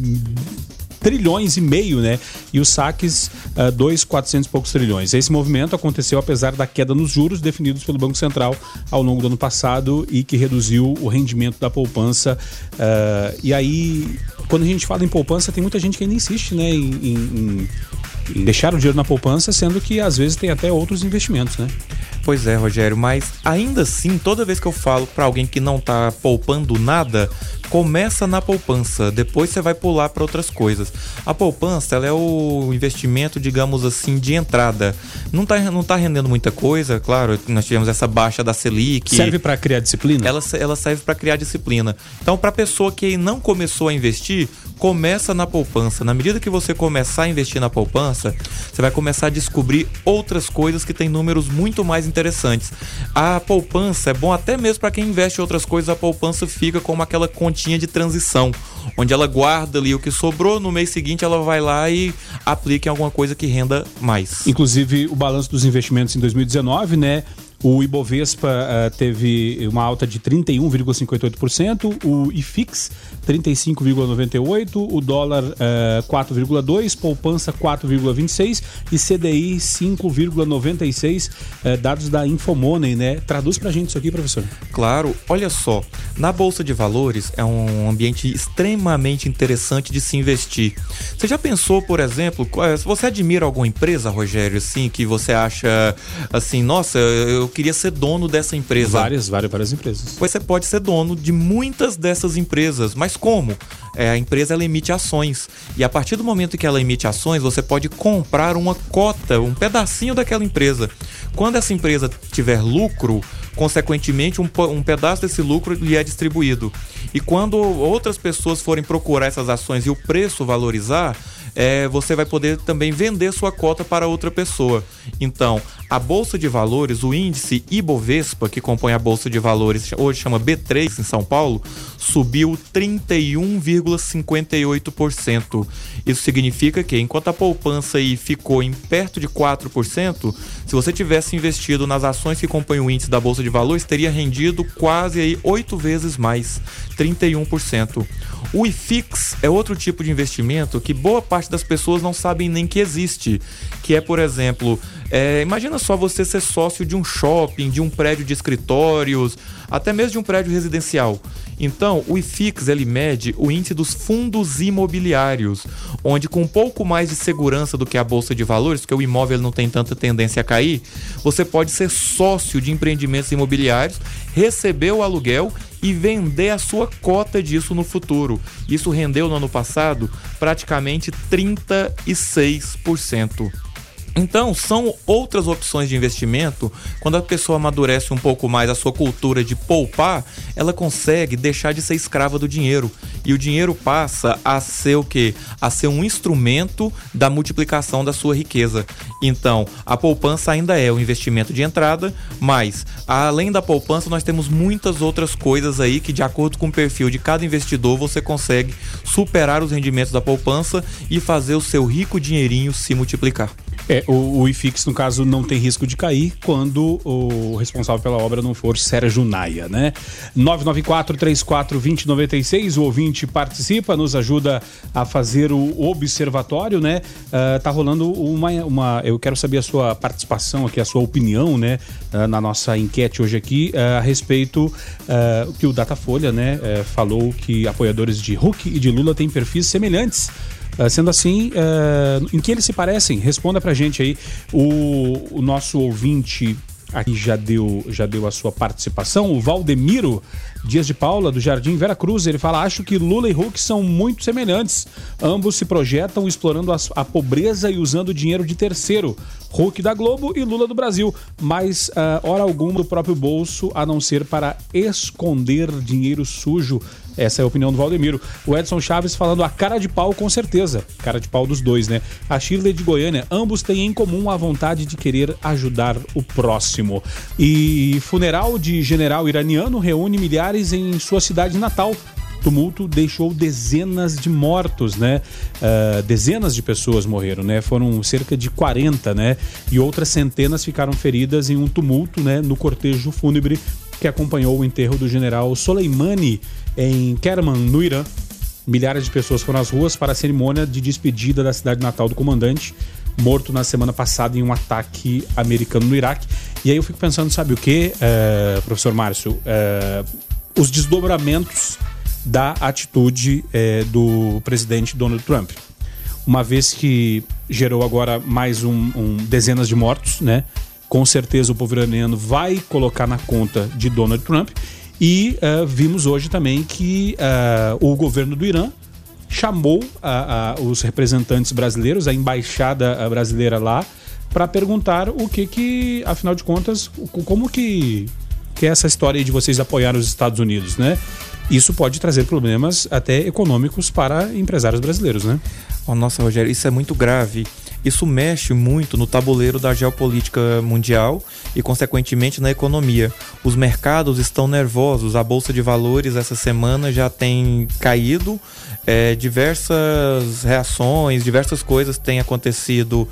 trilhões e meio, né? E os saques, uh, dois, quatrocentos e poucos trilhões. Esse movimento aconteceu apesar da queda nos juros definidos pelo Banco Central ao longo do ano passado e que reduziu o rendimento da poupança. Uh, e aí, quando a gente fala em poupança, tem muita gente que ainda insiste, né? Em, em, em deixar o dinheiro na poupança, sendo que às vezes tem até outros investimentos, né? Pois é, Rogério, mas ainda assim, toda vez que eu falo para alguém que não tá poupando nada, começa na poupança, depois você vai pular para outras coisas. A poupança, ela é o investimento, digamos assim, de entrada. Não tá, não tá rendendo muita coisa, claro, nós tivemos essa baixa da Selic. Serve para criar disciplina? Ela, ela serve para criar disciplina. Então, para pessoa que não começou a investir, começa na poupança. Na medida que você começar a investir na poupança, você vai começar a descobrir outras coisas que têm números muito mais interessantes. A poupança é bom até mesmo para quem investe em outras coisas. A poupança fica como aquela continha de transição, onde ela guarda ali o que sobrou, no mês seguinte ela vai lá e aplica em alguma coisa que renda mais. Inclusive, o balanço dos investimentos em dois mil e dezenove, né? O Ibovespa uh, teve uma alta de trinta e um vírgula cinquenta e oito por cento, o I F I X trinta e cinco vírgula noventa e oito por cento, o dólar uh, quatro vírgula dois por cento, poupança quatro vírgula vinte e seis por cento e C D I cinco vírgula noventa e seis por cento, uh, dados da Infomoney, né? Traduz pra gente isso aqui, professor. Claro, olha só, na Bolsa de Valores é um ambiente extremamente interessante de se investir. Você já pensou, por exemplo, se você admira alguma empresa, Rogério, assim, que você acha, assim, nossa, eu queria ser dono dessa empresa. Várias, várias, várias empresas. Pois você pode ser dono de muitas dessas empresas, mas como? É, a empresa ela emite ações e a partir do momento que ela emite ações, você pode comprar uma cota, um pedacinho daquela empresa. Quando essa empresa tiver lucro, consequentemente um, um pedaço desse lucro lhe é distribuído. E quando outras pessoas forem procurar essas ações e o preço valorizar, É, você vai poder também vender sua cota para outra pessoa. Então, a Bolsa de Valores, o índice Ibovespa, que compõe a Bolsa de Valores, hoje chama B três em São Paulo, subiu trinta e um vírgula cinquenta e oito por cento. Isso significa que, enquanto a poupança aí ficou em perto de quatro por cento, se você tivesse investido nas ações que compõem o índice da Bolsa de Valores, teria rendido quase aí oito vezes mais, trinta e um por cento. O I F I X é outro tipo de investimento que boa parte das pessoas não sabem nem que existe, que é, por exemplo, é, imagina só você ser sócio de um shopping, de um prédio de escritórios, até mesmo de um prédio residencial. Então, o I F I X ele mede o índice dos fundos imobiliários, onde com um pouco mais de segurança do que a Bolsa de Valores, porque o imóvel não tem tanta tendência a cair, você pode ser sócio de empreendimentos imobiliários, receber o aluguel e vender a sua cota disso no futuro. Isso rendeu no ano passado praticamente trinta e seis por cento. Então, são outras opções de investimento. Quando a pessoa amadurece um pouco mais a sua cultura de poupar, ela consegue deixar de ser escrava do dinheiro. E o dinheiro passa a ser o quê? A ser um instrumento da multiplicação da sua riqueza. Então, a poupança ainda é o investimento de entrada, mas, além da poupança, nós temos muitas outras coisas aí que, de acordo com o perfil de cada investidor, você consegue superar os rendimentos da poupança e fazer o seu rico dinheirinho se multiplicar. É, o, o I F I X, no caso, não tem risco de cair quando o responsável pela obra não for Sérgio Naia, né? nove nove quatro, três quatro, dois zero nove seis, o ouvinte participa, nos ajuda a fazer o observatório, né? Uh, tá rolando uma, uma... Eu quero saber a sua participação aqui, a sua opinião, né? Uh, na nossa enquete hoje aqui, uh, a respeito uh, que o Datafolha, né? Uh, falou que apoiadores de Huck e de Lula têm perfis semelhantes. Uh, sendo assim, uh, em que eles se parecem? Responda pra gente aí. O, o nosso ouvinte aqui já deu, já deu a sua participação. O Valdemiro Dias de Paula, do Jardim Vera Cruz, ele fala: acho que Lula e Huck são muito semelhantes. Ambos se projetam explorando a, a pobreza e usando dinheiro de terceiro. Huck da Globo e Lula do Brasil. Mas, uh, hora alguma, do próprio bolso, a não ser para esconder dinheiro sujo. Essa é a opinião do Valdemiro. O Edson Chaves falando: a cara de pau, com certeza. Cara de pau dos dois, né? A Shirley de Goiânia: ambos têm em comum a vontade de querer ajudar o próximo. E funeral de general iraniano reúne milhares em sua cidade natal. Tumulto deixou dezenas de mortos, né? Uh, dezenas de pessoas morreram, né? Foram cerca de quarenta, né? E outras centenas ficaram feridas em um tumulto, né? No cortejo fúnebre que acompanhou o enterro do general Soleimani em Kerman, no Irã. Milhares de pessoas foram às ruas para a cerimônia de despedida da cidade natal do comandante, morto na semana passada em um ataque americano no Iraque. E aí eu fico pensando, sabe o quê, uh, professor Márcio? Uh, os desdobramentos da atitude eh, do presidente Donald Trump. Uma vez que gerou agora mais um, um dezenas de mortos, né? Com certeza o povo iraniano vai colocar na conta de Donald Trump. E uh, vimos hoje também que uh, o governo do Irã chamou uh, uh, os representantes brasileiros, a embaixada brasileira lá, para perguntar o que que, afinal de contas, como que, que é essa história aí de vocês apoiar os Estados Unidos, né? Isso pode trazer problemas até econômicos para empresários brasileiros, né? Oh, nossa, Rogério, isso é muito grave. Isso mexe muito no tabuleiro da geopolítica mundial e, consequentemente, na economia. Os mercados estão nervosos. A Bolsa de Valores essa semana já tem caído. É, diversas reações, diversas coisas têm acontecido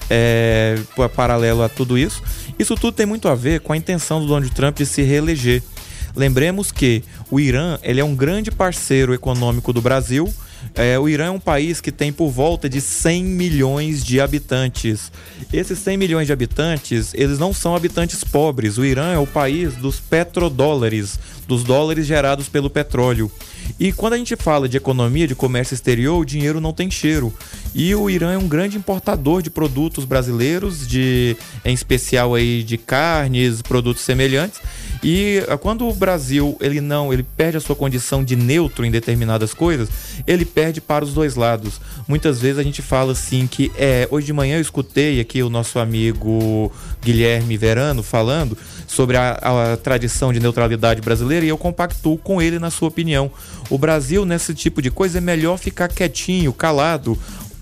é, paralelo a tudo isso. Isso tudo tem muito a ver com a intenção do Donald Trump de se reeleger. Lembremos que o Irã ele é um grande parceiro econômico do Brasil. É, o Irã é um país que tem por volta de cem milhões de habitantes. Esses cem milhões de habitantes, eles não são habitantes pobres. O Irã é o país dos petrodólares, dos dólares gerados pelo petróleo. E quando a gente fala de economia, de comércio exterior, o dinheiro não tem cheiro. E o Irã é um grande importador de produtos brasileiros, de, em especial aí de carnes, produtos semelhantes. E quando o Brasil ele não, ele perde a sua condição de neutro em determinadas coisas, ele perde para os dois lados. Muitas vezes a gente fala assim que é, hoje de manhã eu escutei aqui o nosso amigo Guilherme Verano falando sobre a, a tradição de neutralidade brasileira e eu compactuo com ele na sua opinião. O Brasil nesse tipo de coisa é melhor ficar quietinho, calado.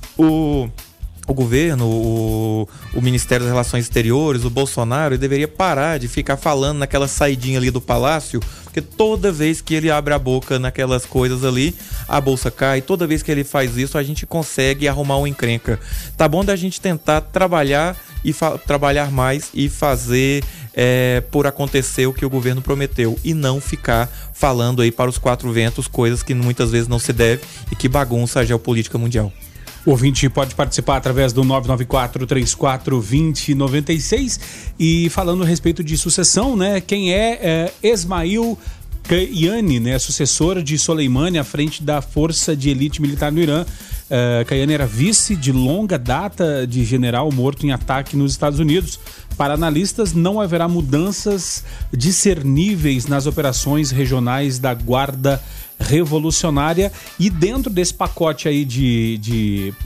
O O governo, o, o Ministério das Relações Exteriores, o Bolsonaro, ele deveria parar de ficar falando naquela saidinha ali do palácio, porque toda vez que ele abre a boca naquelas coisas ali, a bolsa cai. Toda vez que ele faz isso, a gente consegue arrumar uma encrenca. Tá bom da gente tentar trabalhar e fa- trabalhar mais e fazer é, por acontecer o que o governo prometeu e não ficar falando aí para os quatro ventos coisas que muitas vezes não se deve e que bagunça a geopolítica mundial. O ouvinte pode participar através do nove nove quatro, três quatro dois zero nove seis e falando a respeito de sucessão, né? Quem é, é Esmail Kayani, né, sucessor de Soleimani à frente da força de elite militar no Irã. Uh, Kayani era vice de longa data de general morto em ataque nos Estados Unidos. Para analistas, não haverá mudanças discerníveis nas operações regionais da Guarda Revolucionária. E dentro desse pacote aí de, de,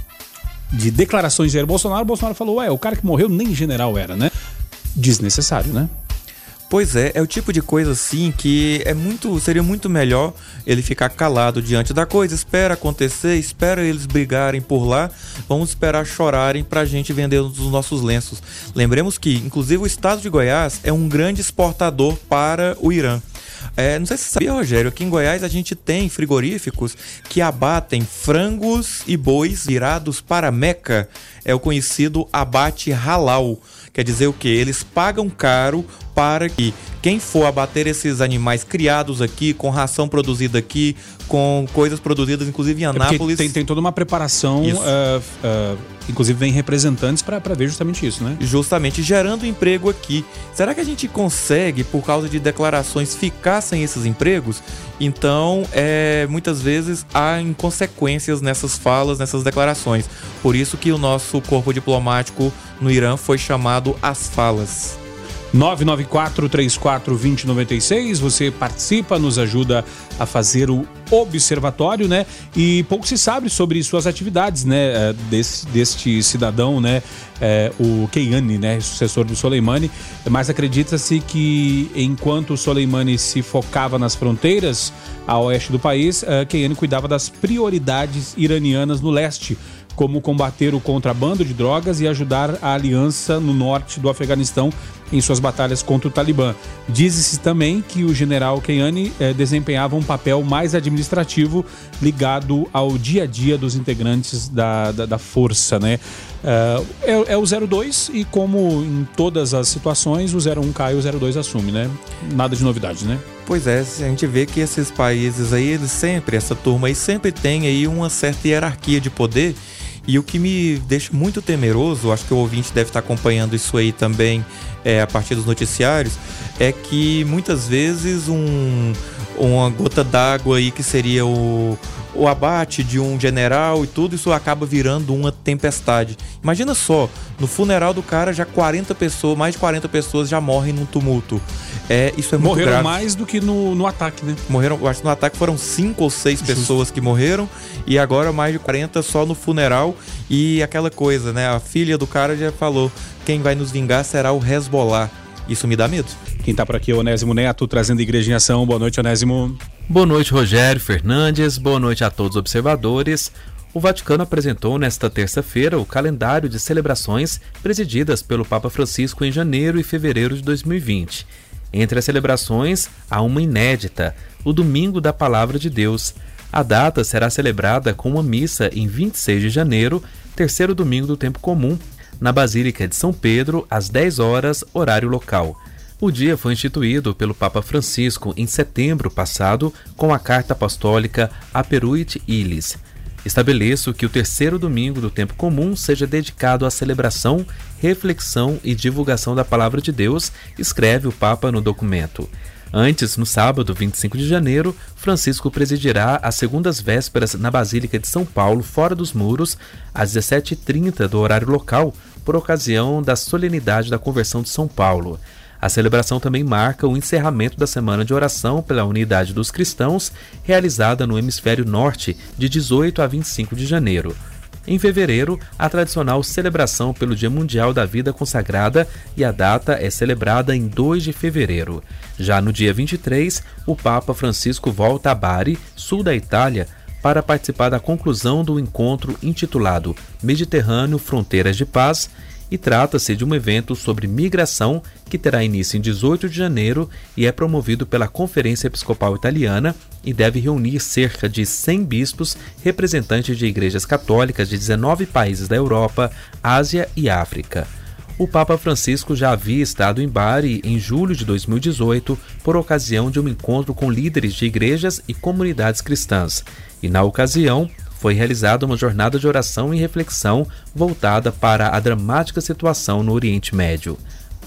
de declarações de Jair Bolsonaro, Bolsonaro falou, ué, o cara que morreu nem general era, né? Desnecessário, né? Pois é, é o tipo de coisa assim que é muito, seria muito melhor ele ficar calado diante da coisa, espera acontecer, espera eles brigarem por lá, vamos esperar chorarem pra gente vender os nossos lenços. Lembremos que, inclusive, o estado de Goiás é um grande exportador para o Irã. É, não sei se você sabia, Rogério, aqui em Goiás a gente tem frigoríficos que abatem frangos e bois virados para Meca. É o conhecido abate halal. Quer dizer o quê? Eles pagam caro para que quem for abater esses animais criados aqui, com ração produzida aqui, com coisas produzidas inclusive em Anápolis... É tem, tem toda uma preparação, uh, uh, inclusive vem representantes para ver justamente isso, né? Justamente, gerando emprego aqui. Será que a gente consegue, por causa de declarações, ficar sem esses empregos? Então, é, muitas vezes há inconsequências nessas falas, nessas declarações. Por isso que o nosso corpo diplomático no Irã foi chamado às falas. nove nove quatro, três quatro, dois zero nove seis, você participa, nos ajuda a fazer o observatório, né? E pouco se sabe sobre suas atividades, né? Desse, deste cidadão, né? É, o Kayani, né? Sucessor do Soleimani. Mas acredita-se que enquanto o Soleimani se focava nas fronteiras a oeste do país, uh, Kayani cuidava das prioridades iranianas no leste, como combater o contrabando de drogas e ajudar a aliança no norte do Afeganistão em suas batalhas contra o Talibã. Diz-se também que o general Kayani eh, desempenhava um papel mais administrativo ligado ao dia a dia dos integrantes da, da, da força, né? Uh, é, é o zero dois e, como em todas as situações, o zero um cai e o zero dois assume, né? Nada de novidade, né? Pois é, a gente vê que esses países aí, eles sempre, essa turma aí sempre tem aí uma certa hierarquia de poder. E o que me deixa muito temeroso, acho que o ouvinte deve estar acompanhando isso aí também é, a partir dos noticiários, é que muitas vezes um, uma gota d'água aí que seria o, o abate de um general e tudo, isso acaba virando uma tempestade. Imagina só, no funeral do cara já quarenta pessoas, mais de quarenta pessoas já morrem num tumulto. É, isso é muito morreram grave. mais do que no, no ataque, né? Morreram, acho que no ataque foram cinco ou seis Justo. pessoas que morreram e agora mais de quarenta só no funeral. E aquela coisa, né? A filha do cara já falou, quem vai nos vingar será o Hezbollah. Isso me dá medo. Quem tá por aqui é o Onésimo Neto, trazendo Igreja em Ação. Boa noite, Onésimo. Boa noite, Rogério Fernandes. Boa noite a todos os observadores. O Vaticano apresentou nesta terça-feira o calendário de celebrações presididas pelo Papa Francisco em janeiro e fevereiro de dois mil e vinte. Entre as celebrações, há uma inédita, o Domingo da Palavra de Deus. A data será celebrada com uma missa em vinte e seis de janeiro, terceiro domingo do tempo comum, na Basílica de São Pedro, às dez horas, horário local. O dia foi instituído pelo Papa Francisco em setembro passado com a Carta Apostólica Aperuit Illis. Estabeleço que o terceiro domingo do tempo comum seja dedicado à celebração, reflexão e divulgação da Palavra de Deus, escreve o Papa no documento. Antes, no sábado, vinte e cinco de janeiro, Francisco presidirá as segundas vésperas na Basílica de São Paulo, fora dos muros, às dezessete e trinta do horário local, por ocasião da solenidade da conversão de São Paulo. A celebração também marca o encerramento da Semana de Oração pela Unidade dos Cristãos, realizada no Hemisfério Norte, de dezoito a vinte e cinco de janeiro. Em fevereiro, a tradicional celebração pelo Dia Mundial da Vida Consagrada, e a data é celebrada em dois de fevereiro. Já no dia vinte e três, o Papa Francisco volta a Bari, sul da Itália, para participar da conclusão do encontro intitulado Mediterrâneo Fronteiras de Paz, e trata-se de um evento sobre migração que terá início em dezoito de janeiro e é promovido pela Conferência Episcopal Italiana e deve reunir cerca de cem bispos, representantes de igrejas católicas de dezenove países da Europa, Ásia e África. O Papa Francisco já havia estado em Bari em julho de dois mil e dezoito por ocasião de um encontro com líderes de igrejas e comunidades cristãs, e na ocasião foi realizada uma jornada de oração e reflexão voltada para a dramática situação no Oriente Médio.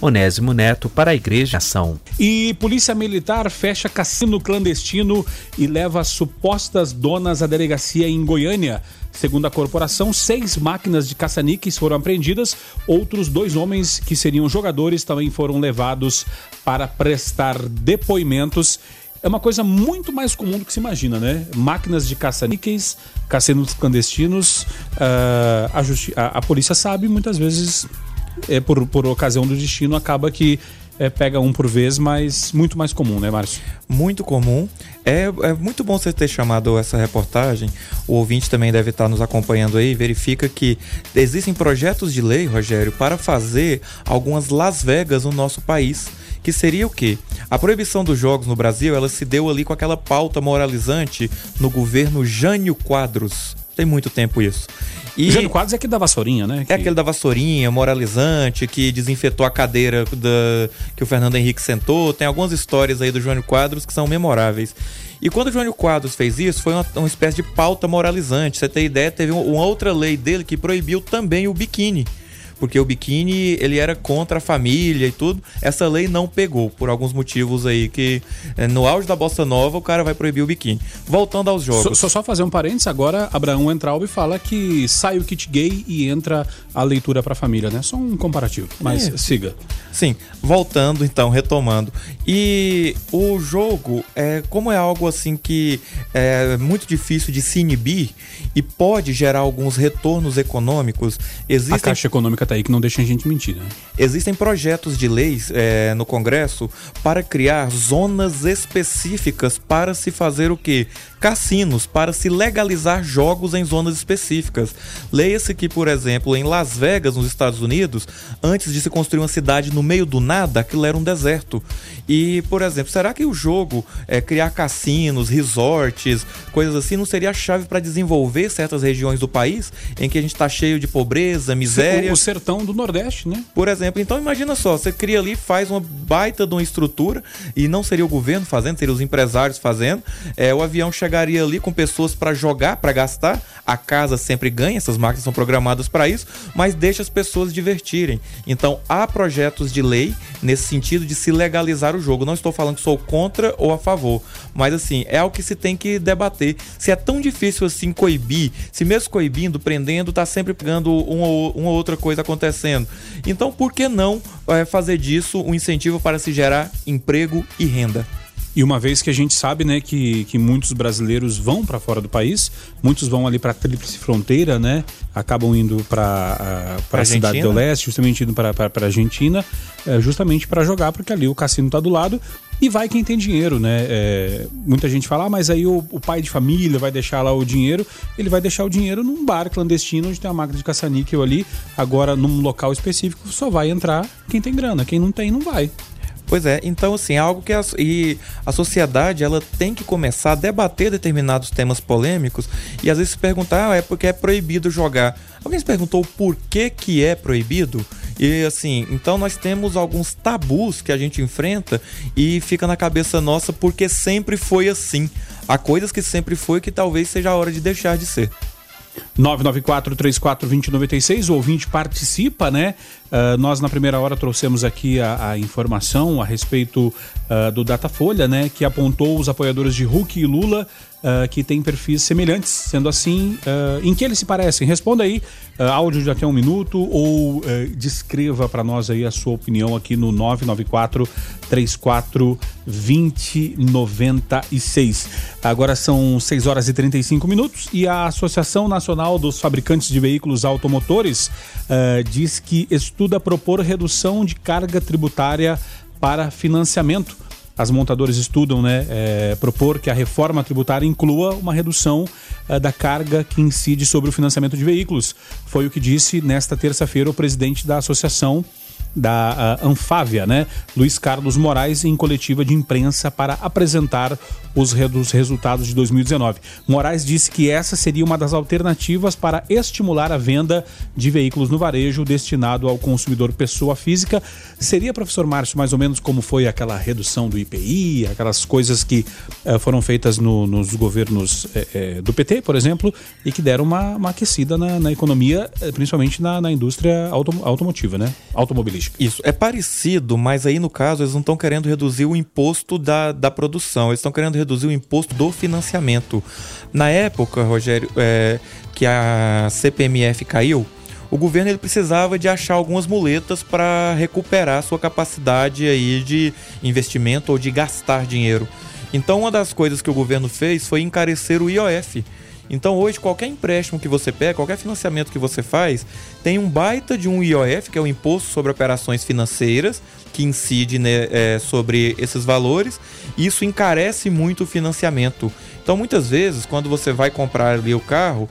Onésimo Neto para a Igreja Ação. E Polícia Militar fecha cassino clandestino e leva supostas donas à delegacia em Goiânia. Segundo a corporação, seis máquinas de caça-níqueis foram apreendidas. Outros dois homens que seriam jogadores também foram levados para prestar depoimentos. É uma coisa muito mais comum do que se imagina, né? Máquinas de caça-níqueis, cassinos clandestinos. Uh, a, justi- a, a polícia sabe, muitas vezes, é, por, por ocasião do destino, acaba que é, pega um por vez, mas muito mais comum, né, Márcio? Muito comum. É, é muito bom você ter chamado essa reportagem. O ouvinte também deve estar nos acompanhando aí. Verifica que existem projetos de lei, Rogério, para fazer algumas Las Vegas no nosso país. Que seria o quê? A proibição dos jogos no Brasil, ela se deu ali com aquela pauta moralizante no governo Jânio Quadros. Tem muito tempo isso. E o Jânio Quadros é aquele da vassourinha, né? Que... É aquele da vassourinha, moralizante, que desinfetou a cadeira da... que o Fernando Henrique sentou. Tem algumas histórias aí do Jânio Quadros que são memoráveis. E quando o Jânio Quadros fez isso, foi uma, uma espécie de pauta moralizante. Você tem ideia, teve uma, uma outra lei dele que proibiu também o biquíni. Porque o biquíni, ele era contra a família e tudo. Essa lei não pegou, por alguns motivos aí, que no auge da bossa nova o cara vai proibir o biquíni. Voltando aos jogos. Só, só fazer um parênteses, agora Abraão Entraub fala que sai o kit gay e entra a leitura pra família, né? Só um comparativo, mas é. Siga. Sim, voltando então, retomando. E o jogo, é, como é algo assim que é muito difícil de se inibir e pode gerar alguns retornos econômicos, existem... A Caixa Econômica tá aí que não deixa a gente mentir, né? Existem projetos de leis é, no Congresso para criar zonas específicas para se fazer o quê? Cassinos, para se legalizar jogos em zonas específicas. Leia-se que, por exemplo, em Las Vegas, nos Estados Unidos, antes de se construir uma cidade no meio do nada, aquilo era um deserto. E, por exemplo, será que o jogo, é, criar cassinos, resorts, coisas assim, não seria a chave para desenvolver certas regiões do país em que a gente está cheio de pobreza, miséria? O, o sertão do Nordeste, né? Por exemplo, então imagina só, você cria ali, faz uma baita de uma estrutura, e não seria o governo fazendo, seria os empresários fazendo, é, o avião chegaria ali com pessoas para jogar, para gastar, a casa sempre ganha, essas máquinas são programadas para isso, mas deixa as pessoas divertirem. Então há projetos de lei nesse sentido de se legalizar o jogo. Não estou falando que sou contra ou a favor, mas assim, é algo que se tem que debater. Se é tão difícil assim coibir, se mesmo coibindo, prendendo, tá sempre pegando uma ou, uma outra coisa acontecendo. Então por que não é, fazer disso um incentivo para se gerar emprego e renda? E uma vez que a gente sabe, né, que, que muitos brasileiros vão para fora do país, muitos vão ali para a tríplice fronteira, né, acabam indo para a cidade do leste, justamente indo para a Argentina, é, justamente para jogar, porque ali o cassino está do lado e vai quem tem dinheiro, né? É, muita gente fala, ah, mas aí o, o pai de família vai deixar lá o dinheiro, ele vai deixar o dinheiro num bar clandestino onde tem uma máquina de caça-níquel ali, agora num local específico só vai entrar quem tem grana, quem não tem não vai. Pois é, então assim, é algo que a, e a sociedade ela tem que começar a debater determinados temas polêmicos e às vezes se perguntar, ah, é porque é proibido jogar. Alguém se perguntou por que que é proibido? E assim, então nós temos alguns tabus que a gente enfrenta e fica na cabeça nossa porque sempre foi assim. Há coisas que sempre foi que talvez seja a hora de deixar de ser. nove nove quatro, três quatro, dois zero nove seis, o ouvinte participa, né? Uh, nós na primeira hora trouxemos aqui a, a informação a respeito uh, do Datafolha, né? Que apontou os apoiadores de Huck e Lula uh, que têm perfis semelhantes. Sendo assim, uh, em que eles se parecem? Responda aí, uh, áudio de até um minuto ou uh, descreva para nós aí a sua opinião aqui no nove nove quatro, três quatro, dois zero nove seis. Agora são seis horas e trinta e cinco minutos e a Associação Nacional dos Fabricantes de Veículos Automotores uh, diz que estuda propor redução de carga tributária para financiamento. As montadoras estudam, né, é, propor que a reforma tributária inclua uma redução é, da carga que incide sobre o financiamento de veículos. Foi o que disse nesta terça-feira o presidente da associação da uh, Anfávia, né, Luiz Carlos Moraes, em coletiva de imprensa para apresentar os, re- os resultados de dois mil e dezenove. Moraes disse que essa seria uma das alternativas para estimular a venda de veículos no varejo destinado ao consumidor pessoa física. Seria, professor Márcio, mais ou menos como foi aquela redução do I P I, aquelas coisas que uh, foram feitas no, nos governos eh, eh, do P T, por exemplo, e que deram uma, uma aquecida na, na economia, principalmente na, na indústria autom- automotiva, né, automobilística. característica. Isso, é parecido, mas aí no caso eles não estão querendo reduzir o imposto da, da produção, eles estão querendo reduzir o imposto do financiamento. Na época, Rogério, é, que a C P M F caiu, o governo ele precisava de achar algumas muletas para recuperar a sua capacidade aí de investimento ou de gastar dinheiro. Então uma das coisas que o governo fez foi encarecer o I O F. Então hoje qualquer empréstimo que você pega, qualquer financiamento que você faz, tem um baita de um I O F, que é o Imposto sobre Operações Financeiras, que incide, né, é, sobre esses valores, e isso encarece muito o financiamento. Então muitas vezes quando você vai comprar ali o carro,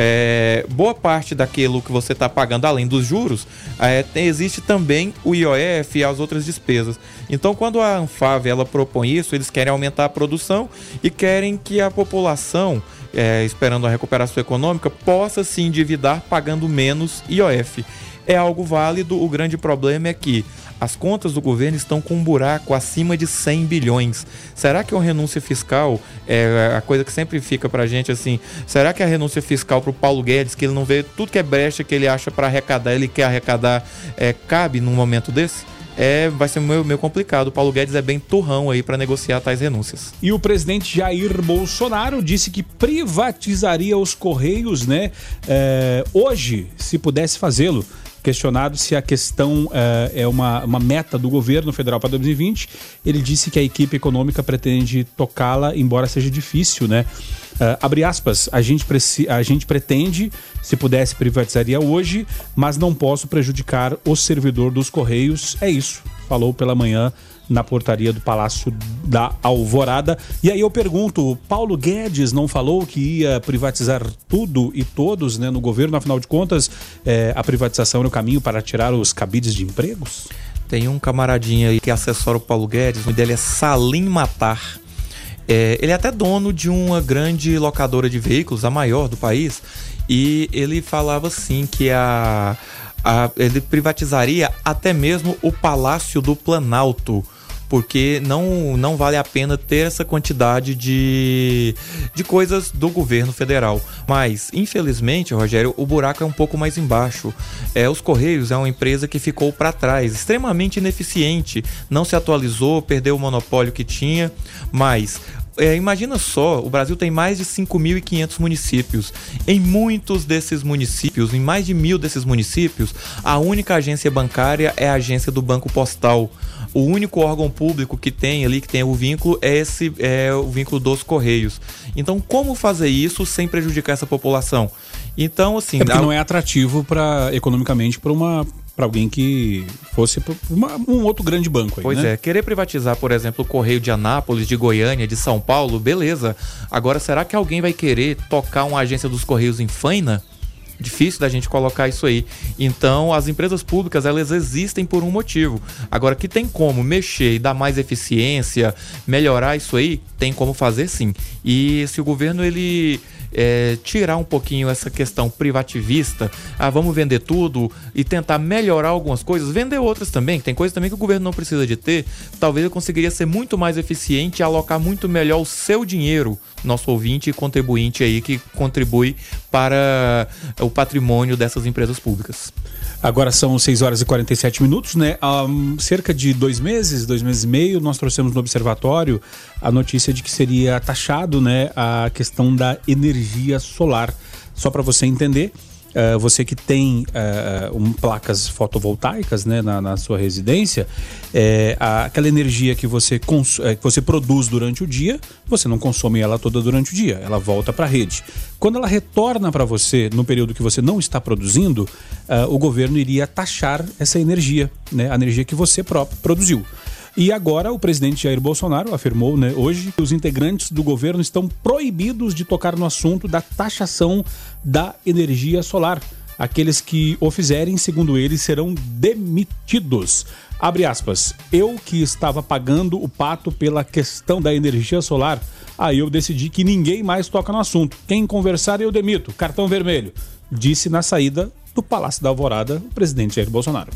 é, boa parte daquilo que você está pagando além dos juros, é, tem, existe também o I O F e as outras despesas. Então quando a Anfave ela propõe isso, eles querem aumentar a produção e querem que a população, é, esperando a recuperação econômica, possa se endividar pagando menos I O F. É algo válido, o grande problema é que as contas do governo estão com um buraco acima de cem bilhões. Será que uma renúncia fiscal, é a coisa que sempre fica pra gente assim, será que a renúncia fiscal pro Paulo Guedes, que ele não vê tudo que é brecha que ele acha para arrecadar, ele quer arrecadar, é, cabe num momento desse? É, vai ser meio, meio complicado. O Paulo Guedes é bem turrão aí para negociar tais renúncias. E o presidente Jair Bolsonaro disse que privatizaria os Correios, né? É, hoje, se pudesse fazê-lo. Questionado se a questão uh, é uma, uma meta do governo federal para dois mil e vinte, ele disse que a equipe econômica pretende tocá-la, embora seja difícil, né? Uh, abre aspas, a gente, preci- a gente pretende, se pudesse, privatizaria hoje, mas não posso prejudicar o servidor dos Correios. É isso, falou pela manhã na portaria do Palácio da Alvorada. E aí eu pergunto, Paulo Guedes não falou que ia privatizar tudo e todos, né, no governo? Afinal de contas, é, a privatização era o caminho para tirar os cabides de empregos? Tem um camaradinho aí que assessora o Paulo Guedes, o nome dele é Salim Matar. É, ele é até dono de uma grande locadora de veículos, a maior do país, e ele falava assim que a, a, ele privatizaria até mesmo o Palácio do Planalto, porque não, não vale a pena ter essa quantidade de, de coisas do governo federal. Mas, infelizmente, Rogério, o buraco é um pouco mais embaixo. É, os Correios é uma empresa que ficou para trás, extremamente ineficiente, não se atualizou, perdeu o monopólio que tinha, mas... É, imagina só, o Brasil tem mais de cinco mil e quinhentos municípios. Em muitos desses municípios, em mais de mil desses municípios, a única agência bancária é a agência do Banco Postal. O único órgão público que tem ali, que tem o vínculo, é, esse, é o vínculo dos Correios. Então, como fazer isso sem prejudicar essa população? Então, assim... É porque não é atrativo pra, economicamente para uma... para alguém que fosse uma, um outro grande banco aí, Pois né? é, querer privatizar, por exemplo, o Correio de Anápolis, de Goiânia, de São Paulo, beleza. Agora, será que alguém vai querer tocar uma agência dos Correios em Faina? Difícil da gente colocar isso aí. Então, as empresas públicas, elas existem por um motivo. Agora, que tem como mexer e dar mais eficiência, melhorar isso aí, tem como fazer sim. E se o governo, ele... É, tirar um pouquinho essa questão privativista, ah, vamos vender tudo e tentar melhorar algumas coisas, vender outras também, tem coisas também que o governo não precisa de ter, talvez ele conseguiria ser muito mais eficiente e alocar muito melhor o seu dinheiro, nosso ouvinte e contribuinte aí que contribui para o patrimônio dessas empresas públicas. Agora são seis horas e quarenta e sete minutos, né? Há um, cerca de dois meses, dois meses e meio, nós trouxemos no Observatório a notícia de que seria taxado, né, a questão da energia solar. Só para você entender, uh, você que tem uh, um, placas fotovoltaicas, né, na, na sua residência, é, a, aquela energia que você, cons- é, que você produz durante o dia, você não consome ela toda durante o dia, ela volta para a rede. Quando ela retorna para você no período que você não está produzindo, uh, o governo iria taxar essa energia, né, a energia que você próprio produziu. E agora o presidente Jair Bolsonaro afirmou, né, hoje que os integrantes do governo estão proibidos de tocar no assunto da taxação da energia solar. Aqueles que o fizerem, segundo ele, serão demitidos. Abre aspas, eu que estava pagando o pato pela questão da energia solar, aí eu decidi que ninguém mais toca no assunto. Quem conversar eu demito, cartão vermelho, disse na saída do Palácio da Alvorada o presidente Jair Bolsonaro.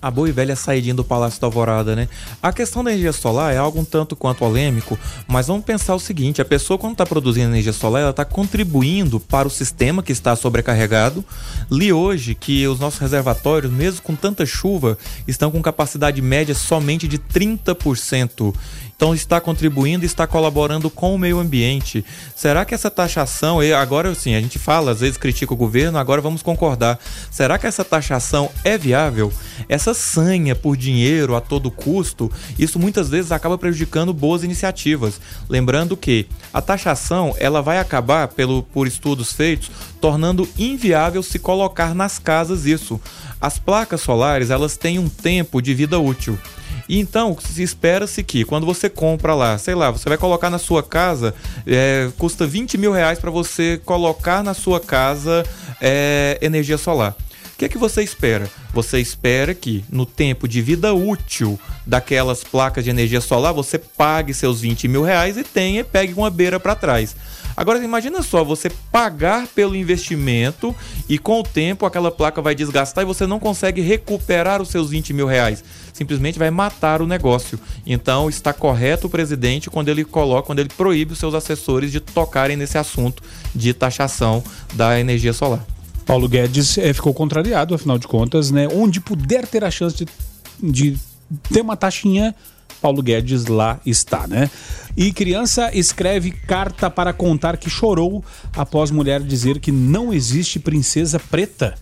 A boa e velha saidinha do Palácio da Alvorada, né? A questão da energia solar é algo um tanto quanto polêmico, mas vamos pensar o seguinte: a pessoa, quando está produzindo energia solar, ela está contribuindo para o sistema que está sobrecarregado. Li hoje que os nossos reservatórios, mesmo com tanta chuva, estão com capacidade média somente de trinta por cento. Então está contribuindo e está colaborando com o meio ambiente. Será que essa taxação, agora sim, a gente fala, às vezes critica o governo, agora vamos concordar. Será que essa taxação é viável? Essa sanha por dinheiro a todo custo, isso muitas vezes acaba prejudicando boas iniciativas. Lembrando que a taxação, ela vai acabar, pelo, por estudos feitos, tornando inviável se colocar nas casas isso. As placas solares, elas têm um tempo de vida útil. E então, se espera-se que quando você compra lá, sei lá, você vai colocar na sua casa, é, custa vinte mil reais para você colocar na sua casa é, energia solar. O que é que você espera? Você espera que no tempo de vida útil daquelas placas de energia solar, você pague seus vinte mil reais e tenha, pegue uma beira para trás. Agora imagina só, você pagar pelo investimento e com o tempo aquela placa vai desgastar e você não consegue recuperar os seus vinte mil reais. Simplesmente vai matar o negócio. Então está correto o presidente quando ele coloca, quando ele proíbe os seus assessores de tocarem nesse assunto de taxação da energia solar. Paulo Guedes é, ficou contrariado, afinal de contas, né? Onde puder ter a chance de, de ter uma taxinha, Paulo Guedes lá está, né? E criança escreve carta para contar que chorou após mulher dizer que não existe princesa preta.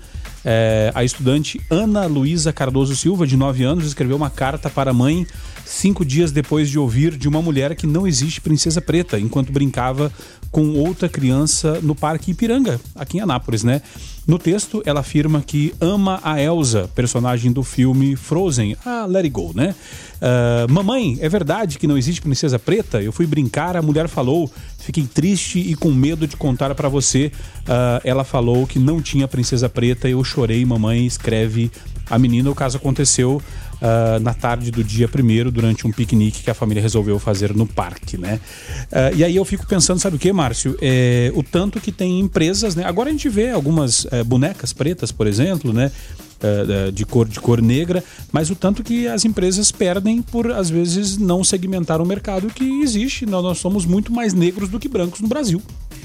É, a estudante Ana Luísa Cardoso Silva, de nove anos, escreveu uma carta para a mãe cinco dias depois de ouvir de uma mulher que não existe princesa preta, enquanto brincava com outra criança no Parque Ipiranga, aqui em Anápolis, né? No texto, ela afirma que ama a Elsa, personagem do filme Frozen, a Let It Go, né? Uh, mamãe, é verdade que não existe princesa preta? Eu fui brincar, a mulher falou, fiquei triste e com medo de contar pra você. Uh, ela falou que não tinha princesa preta, eu chorei, mamãe, escreve a menina. O caso aconteceu uh, na tarde do dia primeiro, durante um piquenique que a família resolveu fazer no parque, né? Uh, e aí eu fico pensando, sabe o que, Márcio? É, o tanto que tem empresas, né? Agora a gente vê algumas é, bonecas pretas, por exemplo, né? Uh, de cor, de cor negra, mas o tanto que as empresas perdem por, às vezes, não segmentar o mercado que existe. Nós, nós somos muito mais negros do que brancos no Brasil.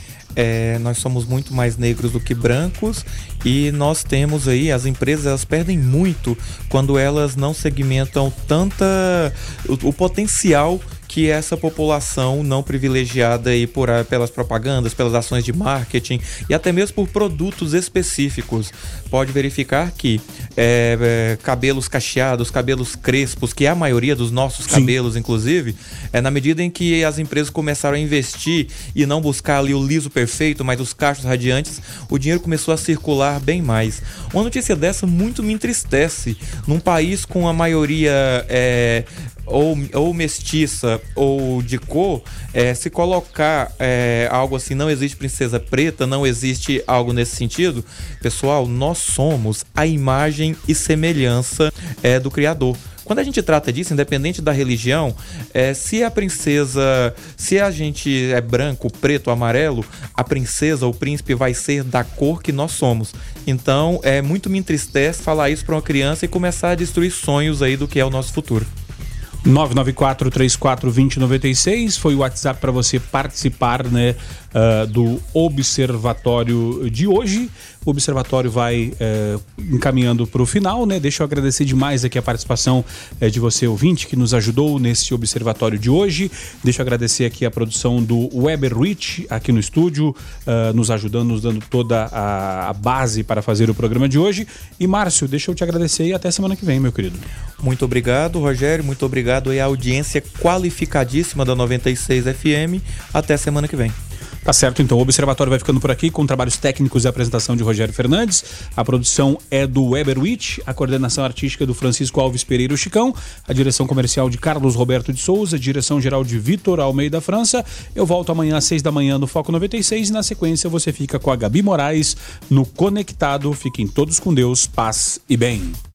É, nós somos muito mais negros do que brancos e nós temos aí, as empresas elas perdem muito quando elas não segmentam tanta o, o potencial que essa população não privilegiada aí por, pelas propagandas, pelas ações de marketing e até mesmo por produtos específicos. Pode verificar que é, é, cabelos cacheados, cabelos crespos, que é a maioria dos nossos cabelos, Sim. inclusive, é na medida em que as empresas começaram a investir e não buscar ali o liso perfeito, mas os cachos radiantes, o dinheiro começou a circular bem mais. Uma notícia dessa muito me entristece. Num país com a maioria é, ou, ou mestiça ou de cor, é, se colocar é, algo assim, não existe princesa preta, não existe algo nesse sentido, pessoal, nós somos a imagem e semelhança é, do Criador. Quando a gente trata disso, independente da religião, é, se a princesa, se a gente é branco, preto, amarelo, a princesa ou o príncipe vai ser da cor que nós somos. Então, é muito me entristece falar isso para uma criança e começar a destruir sonhos aí do que é o nosso futuro. nove nove quatro, três quatro, dois zero nove seis foi o WhatsApp para você participar, né, uh, do observatório de hoje. O observatório vai uh, encaminhando para o final, né? Deixa eu agradecer demais aqui a participação uh, de você, ouvinte, que nos ajudou nesse observatório de hoje. Deixa eu agradecer aqui a produção do Weber Rich aqui no estúdio, uh, nos ajudando, nos dando toda a, a base para fazer o programa de hoje. E Márcio, deixa eu te agradecer e até semana que vem, meu querido. Muito obrigado, Rogério. Muito obrigado aí à audiência qualificadíssima da noventa e seis F M. Até semana que vem. Tá certo, então o Observatório vai ficando por aqui com trabalhos técnicos e apresentação de Rogério Fernandes. A produção é do Weber Witt, a coordenação artística do Francisco Alves Pereira o Chicão, a direção comercial de Carlos Roberto de Souza, direção geral de Vitor Almeida França. Eu volto amanhã às seis da manhã no Foco noventa e seis e na sequência você fica com a Gabi Moraes no Conectado. Fiquem todos com Deus, paz e bem.